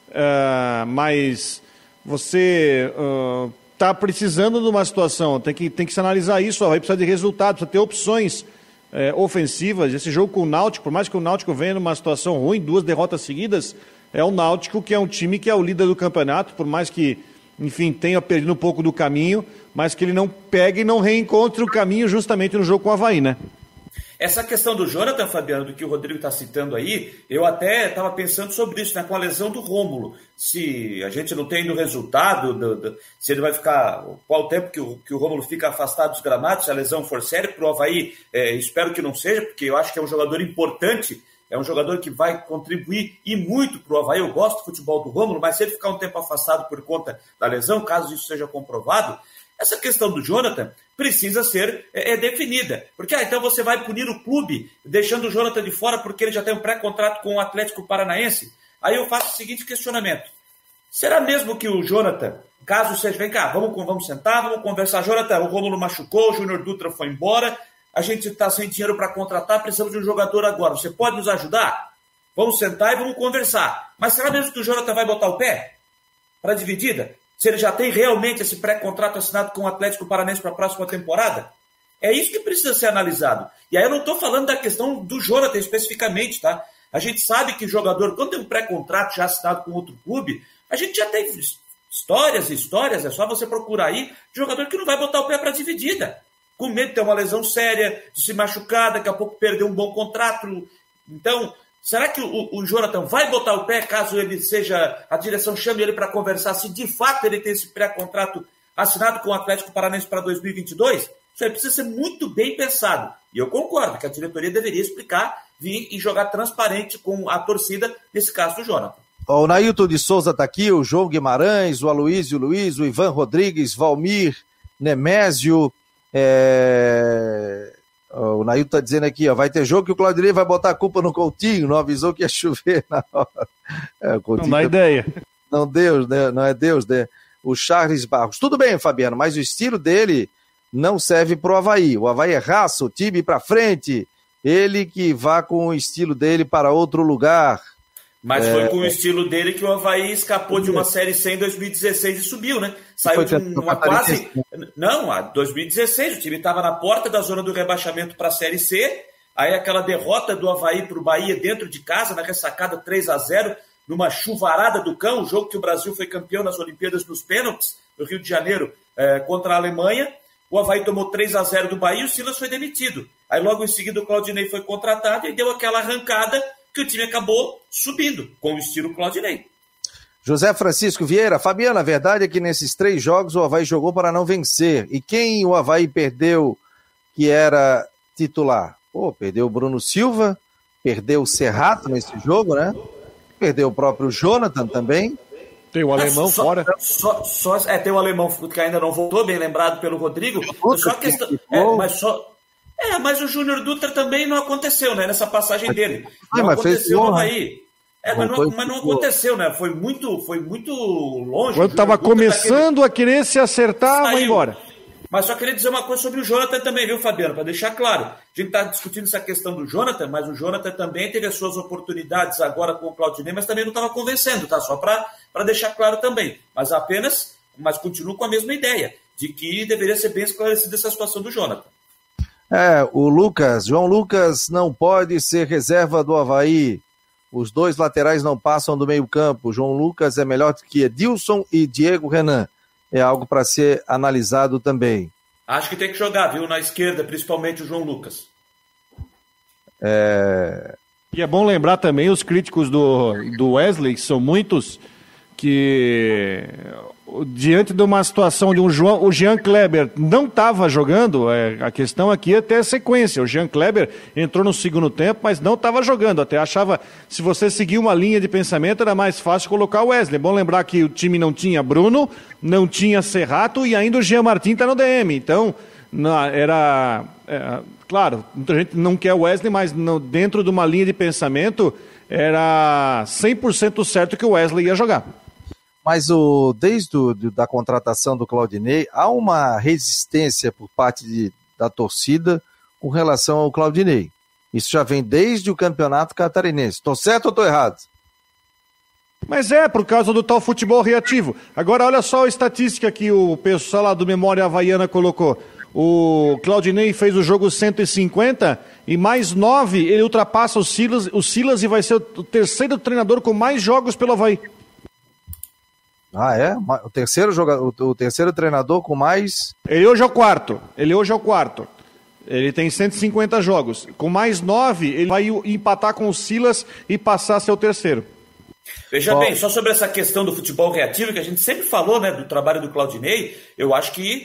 Mas você... está precisando de uma situação, tem que se analisar isso, vai precisar de resultados, precisa ter opções ofensivas. Esse jogo com o Náutico, por mais que o Náutico venha numa situação ruim, 2 derrotas seguidas, é o Náutico que é um time que é o líder do campeonato, por mais que, enfim, tenha perdido um pouco do caminho, mas que ele não pegue e não reencontre o caminho justamente no jogo com o Avaí, né? Essa questão do Jonathan, Fabiano, do que o Rodrigo está citando aí, eu até estava pensando sobre isso, né, com a lesão do Rômulo. Se a gente não tem no resultado, se ele vai ficar, qual o tempo que o Rômulo fica afastado dos gramados, se a lesão for séria, para o Avaí, espero que não seja, porque eu acho que é um jogador importante, é um jogador que vai contribuir e muito para o Avaí. Eu gosto do futebol do Rômulo, mas se ele ficar um tempo afastado por conta da lesão, caso isso seja comprovado, essa questão do Jonathan precisa ser definida. Porque então você vai punir o clube, deixando o Jonathan de fora porque ele já tem um pré-contrato com o Atlético Paranaense. Aí eu faço o seguinte questionamento. Será mesmo que o Jonathan, caso seja... Vem cá, vamos sentar, vamos conversar. Jonathan, o Rômulo machucou, o Júnior Dutra foi embora, a gente está sem dinheiro para contratar, precisamos de um jogador agora. Você pode nos ajudar? Vamos sentar e vamos conversar. Mas será mesmo que o Jonathan vai botar o pé para a dividida? Se ele já tem realmente esse pré-contrato assinado com o Atlético Paranaense para a próxima temporada? É isso que precisa ser analisado. E aí eu não estou falando da questão do Jonathan especificamente, tá? A gente sabe que o jogador, quando tem um pré-contrato já assinado com outro clube, a gente já tem histórias, é só você procurar aí, jogador que não vai botar o pé para a dividida, com medo de ter uma lesão séria, de se machucar, daqui a pouco perder um bom contrato. Então... será que o Jonathan vai botar o pé caso a direção chame ele para conversar se de fato ele tem esse pré-contrato assinado com o Atlético Paranaense para 2022? Isso aí precisa ser muito bem pensado. E eu concordo que a diretoria deveria explicar, vir e jogar transparente com a torcida nesse caso do Jonathan. O Nailton de Souza está aqui, o João Guimarães, o Aloysio Luiz, o Ivan Rodrigues, Valmir, Nemésio... O Nailton está dizendo aqui, vai ter jogo que o Claudinei vai botar a culpa no Coutinho, não avisou que ia chover na hora. Não dá ideia. Não Deus, né? Não é Deus, né? O Charles Barros. Tudo bem, Fabiano, mas o estilo dele não serve para o Avaí. O Avaí é raça, o time para frente. Ele que vá com o estilo dele para outro lugar. Mas foi com o estilo dele que o Avaí escapou de uma Série C em 2016 e subiu, né? Saiu de uma quase... Não, 2016, o time estava na porta da zona do rebaixamento para a Série C, aí aquela derrota do Avaí para o Bahia dentro de casa, na ressacada 3-0, numa chuvarada do cão, o jogo que o Brasil foi campeão nas Olimpíadas nos pênaltis, no Rio de Janeiro, contra a Alemanha. O Avaí tomou 3-0 do Bahia e o Silas foi demitido. Aí logo em seguida o Claudinei foi contratado e deu aquela arrancada que o time acabou subindo, com o estilo Claudinei. José Francisco Vieira, Fabiano, a verdade é que nesses 3 jogos o Avaí jogou para não vencer. E quem o Avaí perdeu que era titular. Perdeu o Bruno Silva, perdeu o Serrato nesse jogo, né? Perdeu o próprio Jonathan também. Tem o alemão fora. Tem o alemão que ainda não voltou, bem lembrado pelo Rodrigo. Mas o Júnior Dutra também não aconteceu, né? Nessa passagem dele. Não aconteceu no Havaí. Mas não aconteceu, né? Foi muito longe. Quando estava começando a querer se acertar, vai embora. Mas só queria dizer uma coisa sobre o Jonathan também, viu, Fabiano? Para deixar claro. A gente está discutindo essa questão do Jonathan, mas o Jonathan também teve as suas oportunidades agora com o Claudinei, mas também não estava convencendo, tá? Só para deixar claro também. Mas continuo com a mesma ideia, de que deveria ser bem esclarecida essa situação do Jonathan. O João Lucas não pode ser reserva do Havaí. Os dois laterais não passam do meio campo. João Lucas é melhor do que Edilson e Diego Renan. É algo para ser analisado também. Acho que tem que jogar, viu? Na esquerda, principalmente o João Lucas. E é bom lembrar também os críticos do Wesley, que são muitos, que diante de uma situação de o Jean Kleber não estava jogando, a questão aqui é ter a sequência. O Jean Kleber entrou no segundo tempo, mas não estava jogando. Até achava, se você seguir uma linha de pensamento, era mais fácil colocar o Wesley. É bom lembrar que o time não tinha Bruno, não tinha Serrato e ainda o Jean Martin está no DM. Então, claro, muita gente não quer o Wesley, mas dentro de uma linha de pensamento, era 100% certo que o Wesley ia jogar. Mas desde da contratação do Claudinei, há uma resistência por parte da torcida com relação ao Claudinei. Isso já vem desde o Campeonato Catarinense. Estou certo ou estou errado? Mas por causa do tal futebol reativo. Agora, olha só a estatística que o pessoal lá do Memória Havaiana colocou. O Claudinei fez o jogo 150 e mais 9, ele ultrapassa o Silas e vai ser o terceiro treinador com mais jogos pelo Havaí. O terceiro treinador com mais... Ele hoje é o quarto. Ele tem 150 jogos. Com mais 9, ele vai empatar com o Silas e passar a ser o terceiro. Veja bem, só sobre essa questão do futebol reativo, que a gente sempre falou, né, do trabalho do Claudinei, eu acho que,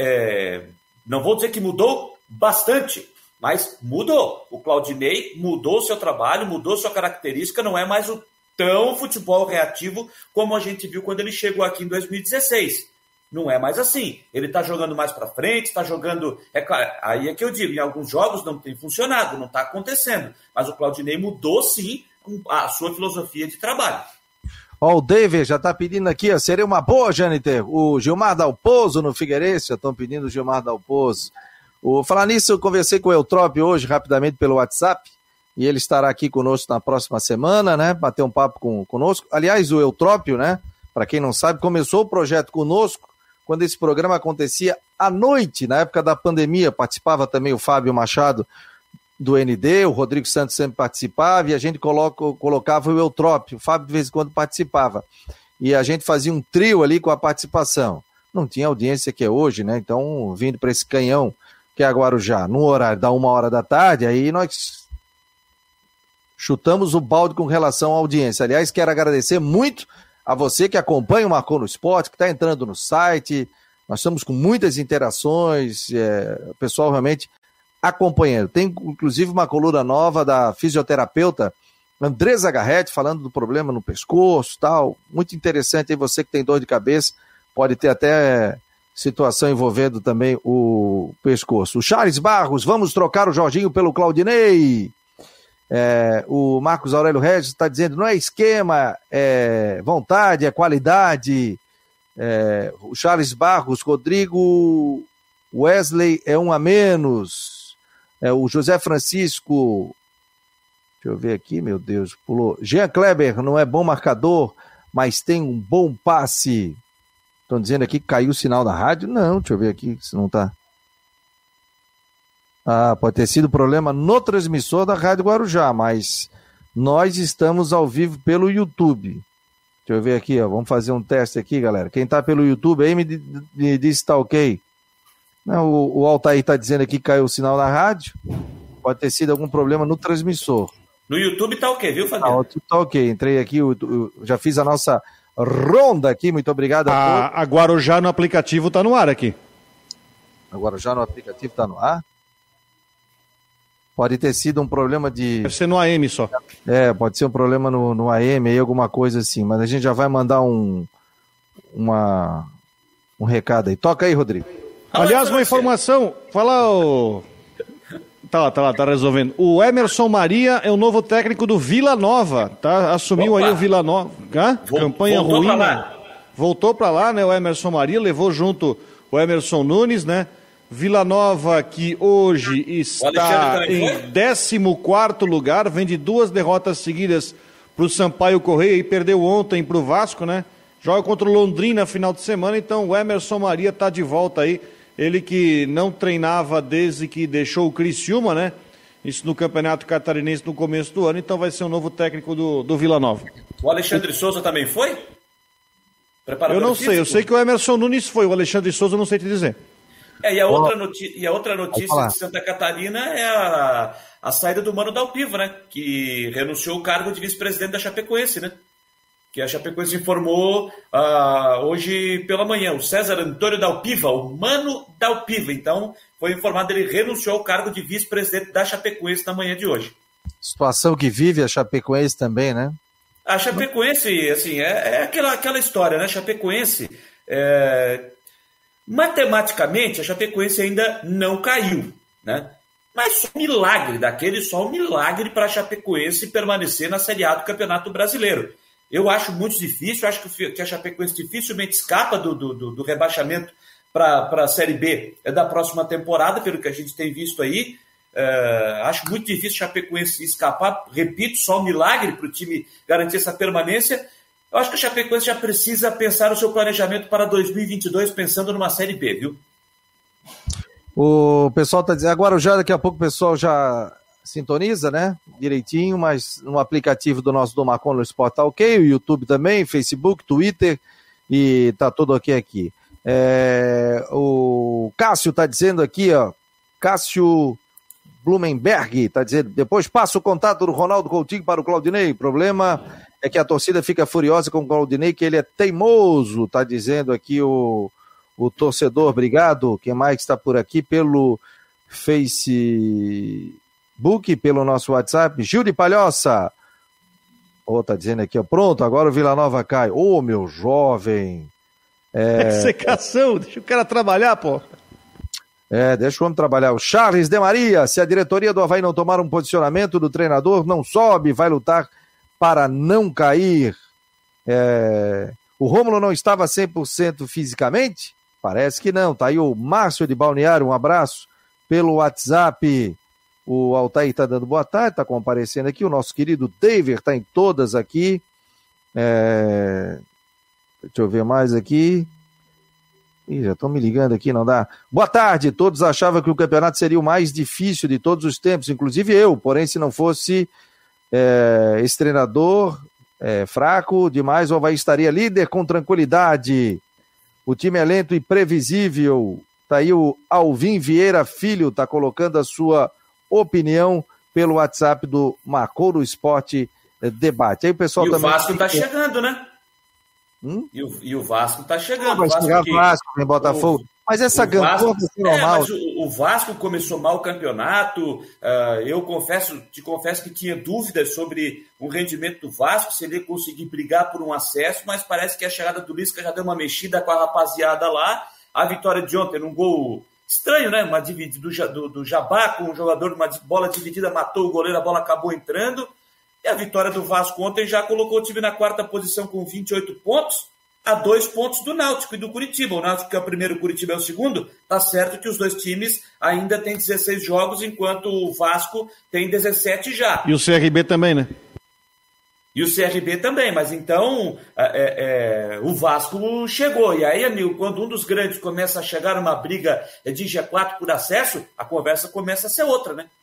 não vou dizer que mudou bastante, mas mudou. O Claudinei mudou o seu trabalho, mudou sua característica, não é mais o tão futebol reativo como a gente viu quando ele chegou aqui em 2016. Não é mais assim. Ele está jogando mais para frente, está jogando... Claro, aí é que eu digo, em alguns jogos não tem funcionado, não está acontecendo. Mas o Claudinei mudou, sim, a sua filosofia de trabalho. O David já está pedindo aqui, seria uma boa, Jâniter, o Gilmar Dalpozo no Figueirense, já estão pedindo o Gilmar Dalpozo. Falar nisso, eu conversei com o Eutrópio hoje, rapidamente, pelo WhatsApp, e ele estará aqui conosco na próxima semana, né, bater um papo conosco. Aliás, o Eutrópio, né, para quem não sabe, começou o projeto conosco quando esse programa acontecia à noite, na época da pandemia. Participava também o Fábio Machado do ND, o Rodrigo Santos sempre participava, e a gente colocava o Eutrópio. O Fábio de vez em quando participava. E a gente fazia um trio ali com a participação. Não tinha audiência que é hoje, né, então vindo para esse canhão que é a Guarujá, no horário da 1h da tarde, aí nós chutamos o balde com relação à audiência. Aliás, quero agradecer muito a você que acompanha o Marcou no Esporte, que está entrando no site. Nós estamos com muitas interações, o pessoal realmente acompanhando. Tem, inclusive, uma coluna nova da fisioterapeuta Andresa Garretti, falando do problema no pescoço, tal. Muito interessante aí, você que tem dor de cabeça, pode ter até situação envolvendo também o pescoço. O Charles Barros, vamos trocar o Jorginho pelo Claudinei. O Marcos Aurélio Regis está dizendo, não é esquema, é vontade, é qualidade. O Charles Barros, Rodrigo Wesley é um a menos. O José Francisco, deixa eu ver aqui, meu Deus, pulou. Jean Kleber não é bom marcador, mas tem um bom passe. Estão dizendo aqui que caiu o sinal da rádio. Não, deixa eu ver aqui se não está. Pode ter sido problema no transmissor da Rádio Guarujá, mas nós estamos ao vivo pelo YouTube. Deixa eu ver aqui, vamos fazer um teste aqui, galera. Quem está pelo YouTube aí me diz se está ok. Não, o Altair está dizendo aqui que caiu o sinal da rádio. Pode ter sido algum problema no transmissor. No YouTube está ok, viu, Fabiano? Está ok, entrei aqui, já fiz a nossa ronda aqui, muito obrigado a todos. A Guarujá no aplicativo está no ar aqui. A Guarujá no aplicativo está no ar? Pode ter sido um problema de... Deve ser no AM só. Pode ser um problema no AM aí, alguma coisa assim. Mas a gente já vai mandar um recado aí. Toca aí, Rodrigo. Aliás, uma informação. Fala o... Tá resolvendo. O Emerson Maria é o novo técnico do Vila Nova, tá? Assumiu aí o Vila Nova. Campanha ruim. Voltou pra lá, né? O Emerson Maria levou junto o Emerson Nunes, né? Vila Nova, que hoje está em 14º lugar, vem de 2 derrotas seguidas pro Sampaio Correia e perdeu ontem pro Vasco, né? Joga contra o Londrina final de semana, então o Emerson Maria tá de volta aí. Ele que não treinava desde que deixou o Criciúma, né? Isso no Campeonato Catarinense no começo do ano, então vai ser o novo técnico do Vila Nova. O Alexandre Souza também foi? Eu não sei, eu sei que o Emerson Nunes foi, o Alexandre Souza eu não sei te dizer. E a outra notícia de Santa Catarina é a saída do Mano Dalpiva, né? Que renunciou o cargo de vice-presidente da Chapecoense, né? Que a Chapecoense informou hoje pela manhã, o César Antônio Dalpiva, o Mano Dalpiva. Então, foi informado, ele renunciou ao cargo de vice-presidente da Chapecoense na manhã de hoje. Situação que vive a Chapecoense também, né? A Chapecoense, assim, é aquela história, né? Chapecoense, matematicamente, a Chapecoense ainda não caiu, né? Mas só um milagre para a Chapecoense permanecer na Série A do Campeonato Brasileiro. Eu acho muito difícil, acho que a Chapecoense dificilmente escapa do rebaixamento para a Série B da próxima temporada, pelo que a gente tem visto aí. Acho muito difícil a Chapecoense escapar. Repito, só um milagre para o time garantir essa permanência. Eu acho que a Chapecoense já precisa pensar o seu planejamento para 2022, pensando numa Série B, viu? O pessoal está dizendo, agora já daqui a pouco o pessoal já sintoniza, né? Direitinho, mas no aplicativo do nosso do Marcon no Sport tá ok, o YouTube também, Facebook, Twitter, e tá tudo ok aqui. O Cássio tá dizendo aqui, ó, Cássio Blumenberg tá dizendo, depois passa o contato do Ronaldo Coutinho para o Claudinei, o problema é que a torcida fica furiosa com o Claudinei, que ele é teimoso, tá dizendo aqui o torcedor. Obrigado. Quem mais está por aqui pelo Facebook, pelo nosso WhatsApp? Gil de Palhoça. Tá dizendo aqui, ó, pronto, agora o Vila Nova cai. Meu jovem. Secação, deixa o cara trabalhar, pô. Deixa o homem trabalhar. O Charles de Maria, se a diretoria do Avaí não tomar um posicionamento do treinador, não sobe, vai lutar para não cair. O Rômulo não estava 100% fisicamente? Parece que não. Tá aí o Márcio de Balneário, um abraço pelo WhatsApp. O Altair está dando boa tarde, está comparecendo aqui. O nosso querido David está em todas aqui. Deixa eu ver mais aqui. Já estão me ligando aqui, não dá. Boa tarde, todos achavam que o campeonato seria o mais difícil de todos os tempos, inclusive eu. Porém, se não fosse esse treinador fraco demais, o Avaí estaria líder com tranquilidade. O time é lento e previsível. Tá aí o Alvin Vieira Filho, tá colocando a sua opinião pelo WhatsApp do Marcou no Esporte Debate. Aí o pessoal também... o Vasco tá chegando, né? E o Vasco tá chegando. Vai chegar o Vasco, vem Botafogo. Mas essa gangorra é normal. Mas o Vasco começou mal o campeonato. Te confesso que tinha dúvidas sobre o rendimento do Vasco, se ele ia conseguir brigar por um acesso, mas parece que a chegada do Lisca já deu uma mexida com a rapaziada lá. A vitória de ontem, num gol estranho, né? Uma dividida do Jabá com um jogador, uma bola dividida, matou o goleiro, a bola acabou entrando. E a vitória do Vasco ontem já colocou o time na 4ª posição com 28 pontos, a 2 pontos do Náutico e do Curitiba. O Náutico, que é o primeiro, o Curitiba é o segundo. Tá certo que os dois times ainda têm 16 jogos, enquanto o Vasco tem 17 já. E o CRB também, né? E o CRB também, mas então o Vasco chegou. E aí, amigo, quando um dos grandes começa a chegar numa briga de G4 por acesso, a conversa começa a ser outra, né?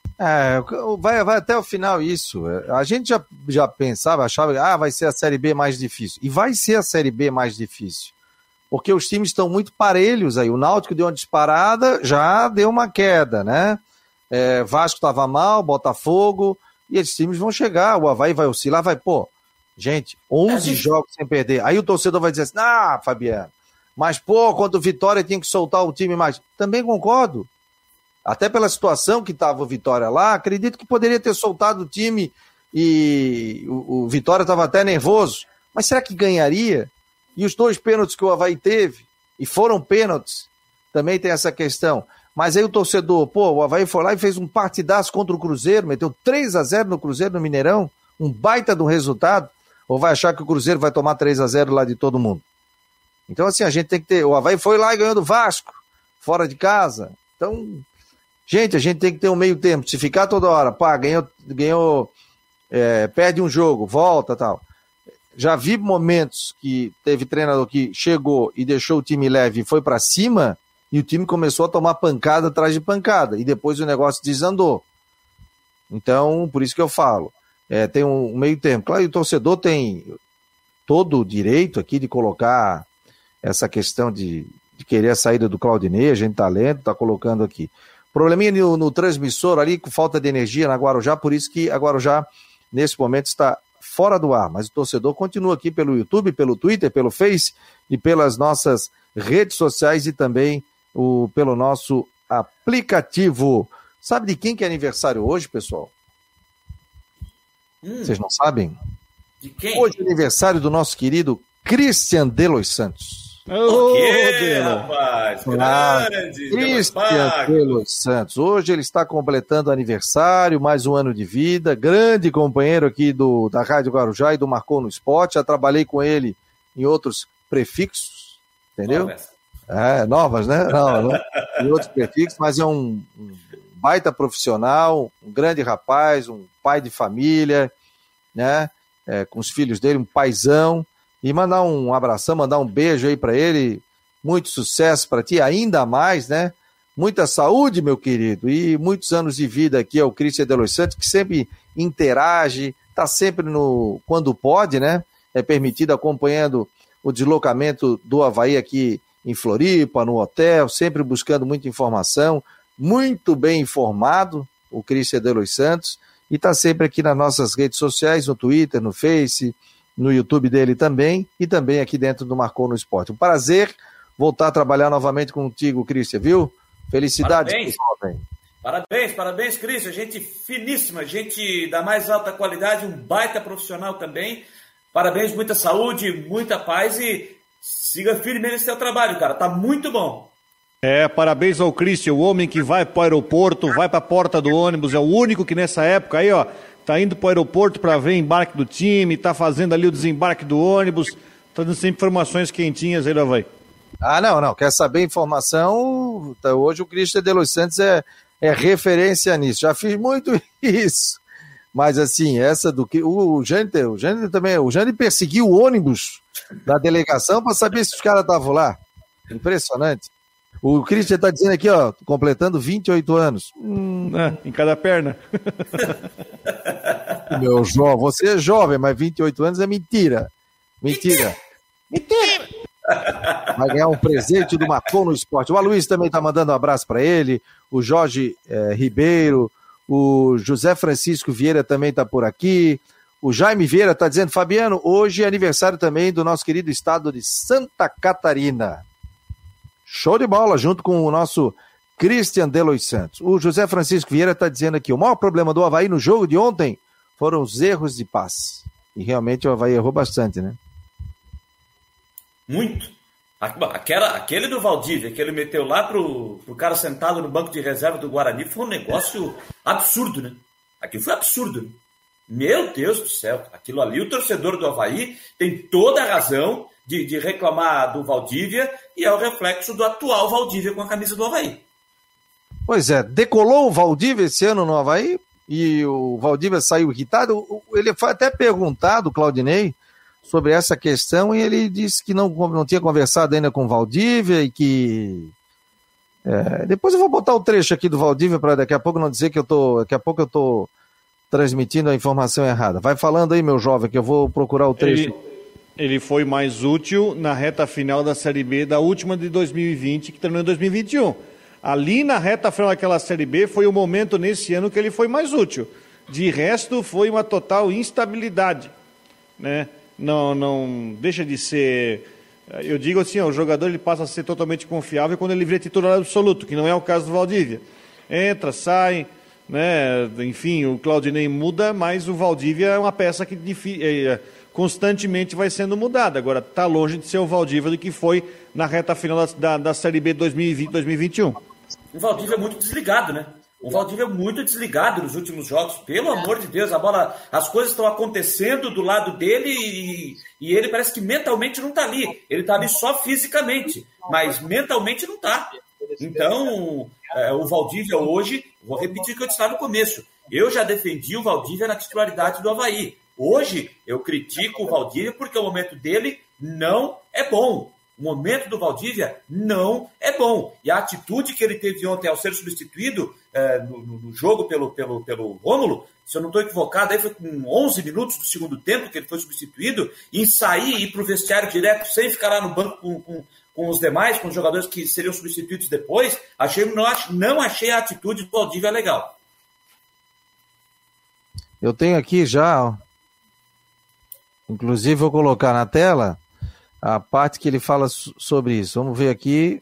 Vai até o final isso. A gente já pensava, achava, vai ser a Série B mais difícil. E vai ser a Série B mais difícil. Porque os times estão muito parelhos aí. O Náutico deu uma disparada, já deu uma queda, né? Vasco estava mal, Botafogo, e esses times vão chegar. O Avaí vai oscilar, gente, 11 jogos sem perder. Aí o torcedor vai dizer assim, Fabiano, mas contra o Vitória tinha que soltar o time mais. Também concordo. Até pela situação que estava o Vitória lá, acredito que poderia ter soltado o time e o Vitória estava até nervoso. Mas será que ganharia? E os 2 pênaltis que o Avaí teve, e foram pênaltis, também tem essa questão. Mas aí o torcedor, o Avaí foi lá e fez um partidaço contra o Cruzeiro, meteu 3-0 no Cruzeiro, no Mineirão, um baita do resultado, ou vai achar que o Cruzeiro vai tomar 3-0 lá de todo mundo? Então, assim, a gente tem que ter... O Avaí foi lá e ganhou do Vasco, fora de casa. Então, gente, a gente tem que ter um meio tempo. Se ficar toda hora, ganhou perde um jogo, volta, tal. Já vi momentos que teve treinador que chegou e deixou o time leve e foi pra cima, e o time começou a tomar pancada atrás de pancada, e depois o negócio desandou. Então, por isso que eu falo, tem um meio tempo. Claro, e o torcedor tem todo o direito aqui de colocar essa questão de querer a saída do Claudinei, a gente tá lendo, tá colocando aqui. Probleminha no transmissor ali, com falta de energia na Guarujá, por isso que a Guarujá, nesse momento, está fora do ar, mas o torcedor continua aqui pelo YouTube, pelo Twitter, pelo Face e pelas nossas redes sociais e também pelo nosso aplicativo. Sabe de quem que é aniversário hoje, pessoal? Vocês não sabem? De quem? Hoje é aniversário do nosso querido Christian de los Santos. Rapaz? Grande! Christian de los Santos. Hoje ele está completando aniversário, mais um ano de vida. Grande companheiro aqui da Rádio Guarujá e do Marcou no Esporte. Já trabalhei com ele em outros prefixos, entendeu? Novas, né? Não, em outros prefixos, mas é um baita profissional, um grande rapaz, um pai de família, né? Com os filhos dele, um paizão. E mandar um abração, mandar um beijo aí para ele, muito sucesso para ti, ainda mais, né? Muita saúde, meu querido, e muitos anos de vida aqui ao Christian de los Santos, que sempre interage, tá sempre quando pode, né? É permitido acompanhando o deslocamento do Avaí aqui em Floripa, no hotel, sempre buscando muita informação, muito bem informado, o Christian de los Santos, e tá sempre aqui nas nossas redes sociais, no Twitter, no Face, no YouTube dele também, e também aqui dentro do Marcou no Esporte. Um prazer voltar a trabalhar novamente contigo, Christian, viu? Felicidades. Parabéns, Christian. Gente finíssima, gente da mais alta qualidade, um baita profissional também. Parabéns, muita saúde, muita paz e siga firme nesse seu trabalho, cara. Tá muito bom. Parabéns ao Christian, o homem que vai para o aeroporto, vai para a porta do ônibus, é o único que nessa época aí, ó, tá indo para o aeroporto para ver o embarque do time, tá fazendo ali o desembarque do ônibus, tá dando sempre informações quentinhas aí do Avaí. Não. Quer saber informação? Hoje o Christian de los Santos é referência nisso. Já fiz muito isso. Mas assim, essa do que. O Jâniter também. O Jâniter perseguiu o ônibus da delegação para saber se os caras estavam lá. Impressionante. O Christian está dizendo aqui, ó, completando 28 anos. Em cada perna. Meu jovem, você é jovem, mas 28 anos é mentira. Mentira. Vai ganhar um presente do Marcou no Esporte. O Aloysio também está mandando um abraço para ele. O Jorge Ribeiro. O José Francisco Vieira também está por aqui. O Jaime Vieira está dizendo, Fabiano, hoje é aniversário também do nosso querido estado de Santa Catarina. Show de bola, junto com o nosso Christian de los Santos. O José Francisco Vieira está dizendo aqui, o maior problema do Avaí no jogo de ontem foram os erros de passe. E realmente o Avaí errou bastante, né? Muito. Aquele do Valdívia, que ele meteu lá pro cara sentado no banco de reserva do Guarani, foi um negócio absurdo, né? Aquilo foi absurdo. Né? Meu Deus do céu. Aquilo ali, o torcedor do Avaí tem toda a razão de reclamar do Valdívia e é o reflexo do atual Valdívia com a camisa do Avaí. Pois é, decolou o Valdívia esse ano no Avaí e o Valdívia saiu irritado. Ele foi até perguntado, Claudinei, sobre essa questão e ele disse que não tinha conversado ainda com o Valdívia e que... depois eu vou botar o trecho aqui do Valdívia para daqui a pouco não dizer que daqui a pouco eu tô transmitindo a informação errada. Vai falando aí, meu jovem, que eu vou procurar o trecho. Ele foi mais útil na reta final da Série B da última de 2020, que terminou em 2021. Ali na reta final daquela Série B foi o momento nesse ano que ele foi mais útil. De resto, foi uma total instabilidade. Né? Não deixa de ser... Eu digo assim, o jogador ele passa a ser totalmente confiável quando ele vira titular absoluto, que não é o caso do Valdívia. entra, sai, né? Enfim, o Claudinei muda, mas o Valdívia é uma peça que constantemente vai sendo mudada. Agora, está longe de ser o Valdívia do que foi na reta final da Série B 2020-2021. O Valdívia é muito desligado, né? O Valdívia é muito desligado nos últimos jogos. Pelo amor de Deus, as coisas estão acontecendo do lado dele e ele parece que mentalmente não está ali. Ele está ali só fisicamente, mas mentalmente não está. Então, o Valdívia hoje, vou repetir o que eu disse lá no começo, eu já defendi o Valdívia na titularidade do Avaí. Hoje, eu critico o Valdívia porque o momento dele não é bom. O momento do Valdívia não é bom. E a atitude que ele teve ontem ao ser substituído no jogo pelo Rômulo, se eu não estou equivocado, aí foi com 11 minutos do segundo tempo que ele foi substituído, em sair e ir para o vestiário direto, sem ficar lá no banco com os demais, com os jogadores que seriam substituídos depois, não achei a atitude do Valdívia legal. Eu tenho aqui já, inclusive vou colocar na tela a parte que ele fala sobre isso. Vamos ver aqui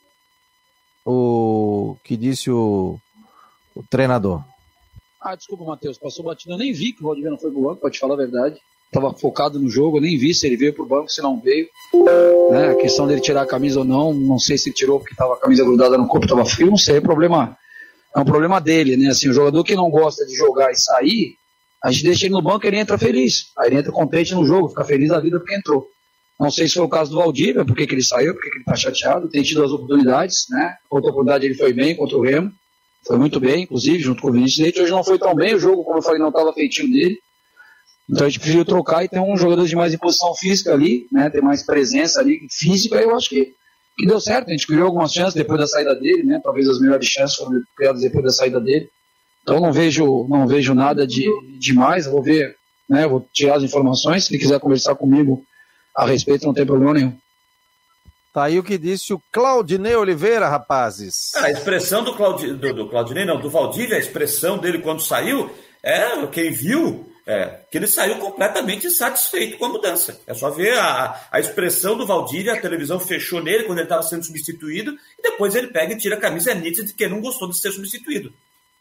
o que disse o treinador. Desculpa, Matheus, passou batida. Eu nem vi que o Valdívia não foi pro banco, pra te falar a verdade. Estava focado no jogo, eu nem vi se ele veio pro banco, se não veio. Né? A questão dele tirar a camisa ou não sei se tirou porque estava a camisa grudada no corpo, estava frio, não sei, é um problema dele, né? Assim, o jogador que não gosta de jogar e sair, a gente deixa ele no banco e ele entra feliz. Aí ele entra contente no jogo, fica feliz da vida porque entrou. Não sei se foi o caso do Valdívia, porque que ele saiu, porque que ele está chateado, tem tido as oportunidades, né? Outra oportunidade ele foi bem contra o Remo, foi muito bem, inclusive, junto com o Vinícius Leite. Hoje não foi tão bem, o jogo, como eu falei, não estava feitinho dele. Então a gente preferiu trocar e ter um jogador de mais imposição física ali, né? Ter mais presença ali, física, eu acho que deu certo. A gente criou algumas chances depois da saída dele, né? Talvez as melhores chances foram criadas depois da saída dele. Então não vejo nada de demais, vou ver, né? Vou tirar as informações, se ele quiser conversar comigo a respeito, não tem problema nenhum. Tá aí o que disse o Claudinei Oliveira, rapazes. A expressão do Claudinei, não, do Valdívia, a expressão dele quando saiu, quem viu, que ele saiu completamente insatisfeito com a mudança. É só ver a expressão do Valdívia, a televisão fechou nele quando ele estava sendo substituído, e depois ele pega e tira a camisa nítida de que ele não gostou de ser substituído.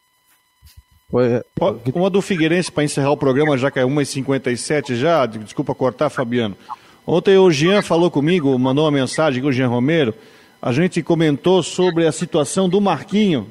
Uma do Figueirense, para encerrar o programa, já que é 1h57 já, desculpa cortar, Fabiano. Ontem o Jean falou comigo, mandou uma mensagem, o Jean Romero, a gente comentou sobre a situação do Marquinho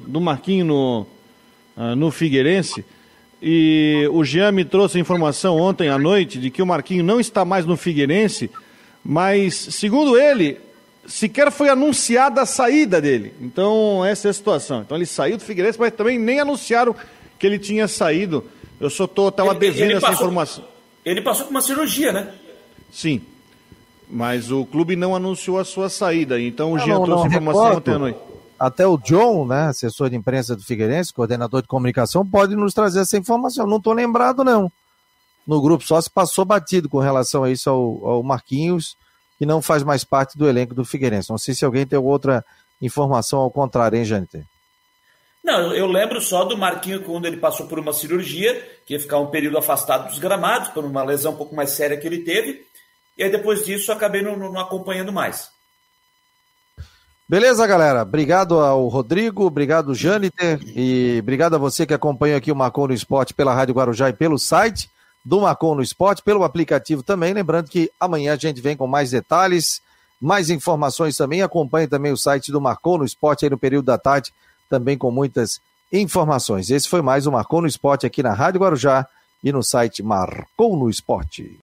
no Figueirense, e o Jean me trouxe a informação ontem à noite de que o Marquinho não está mais no Figueirense, mas, segundo ele, sequer foi anunciada a saída dele. Então, essa é a situação. Então, ele saiu do Figueirense, mas também nem anunciaram que ele tinha saído. Eu só estava devendo essa informação. Ele passou por uma cirurgia, né? Sim. Mas o clube não anunciou a sua saída, então o Jean trouxe informação ontem à noite. Até o John, né, assessor de imprensa do Figueirense, coordenador de comunicação, pode nos trazer essa informação. Não estou lembrado, não. No grupo só se passou batido com relação a isso ao Marquinhos, que não faz mais parte do elenco do Figueirense. Não sei se alguém tem outra informação ao contrário, hein, Jâniter? Não, eu lembro só do Marquinho quando ele passou por uma cirurgia, que ia ficar um período afastado dos gramados, por uma lesão um pouco mais séria que ele teve. E aí depois disso eu acabei não acompanhando mais. Beleza, galera? Obrigado ao Rodrigo, obrigado Jâniter e obrigado a você que acompanha aqui o Marcou no Esporte pela Rádio Guarujá e pelo site do Marcou no Esporte, pelo aplicativo também. Lembrando que amanhã a gente vem com mais detalhes, mais informações também. Acompanhe também o site do Marcou no Esporte aí no período da tarde, também com muitas informações. Esse foi mais o Marcou no Esporte aqui na Rádio Guarujá e no site Marcou no Esporte.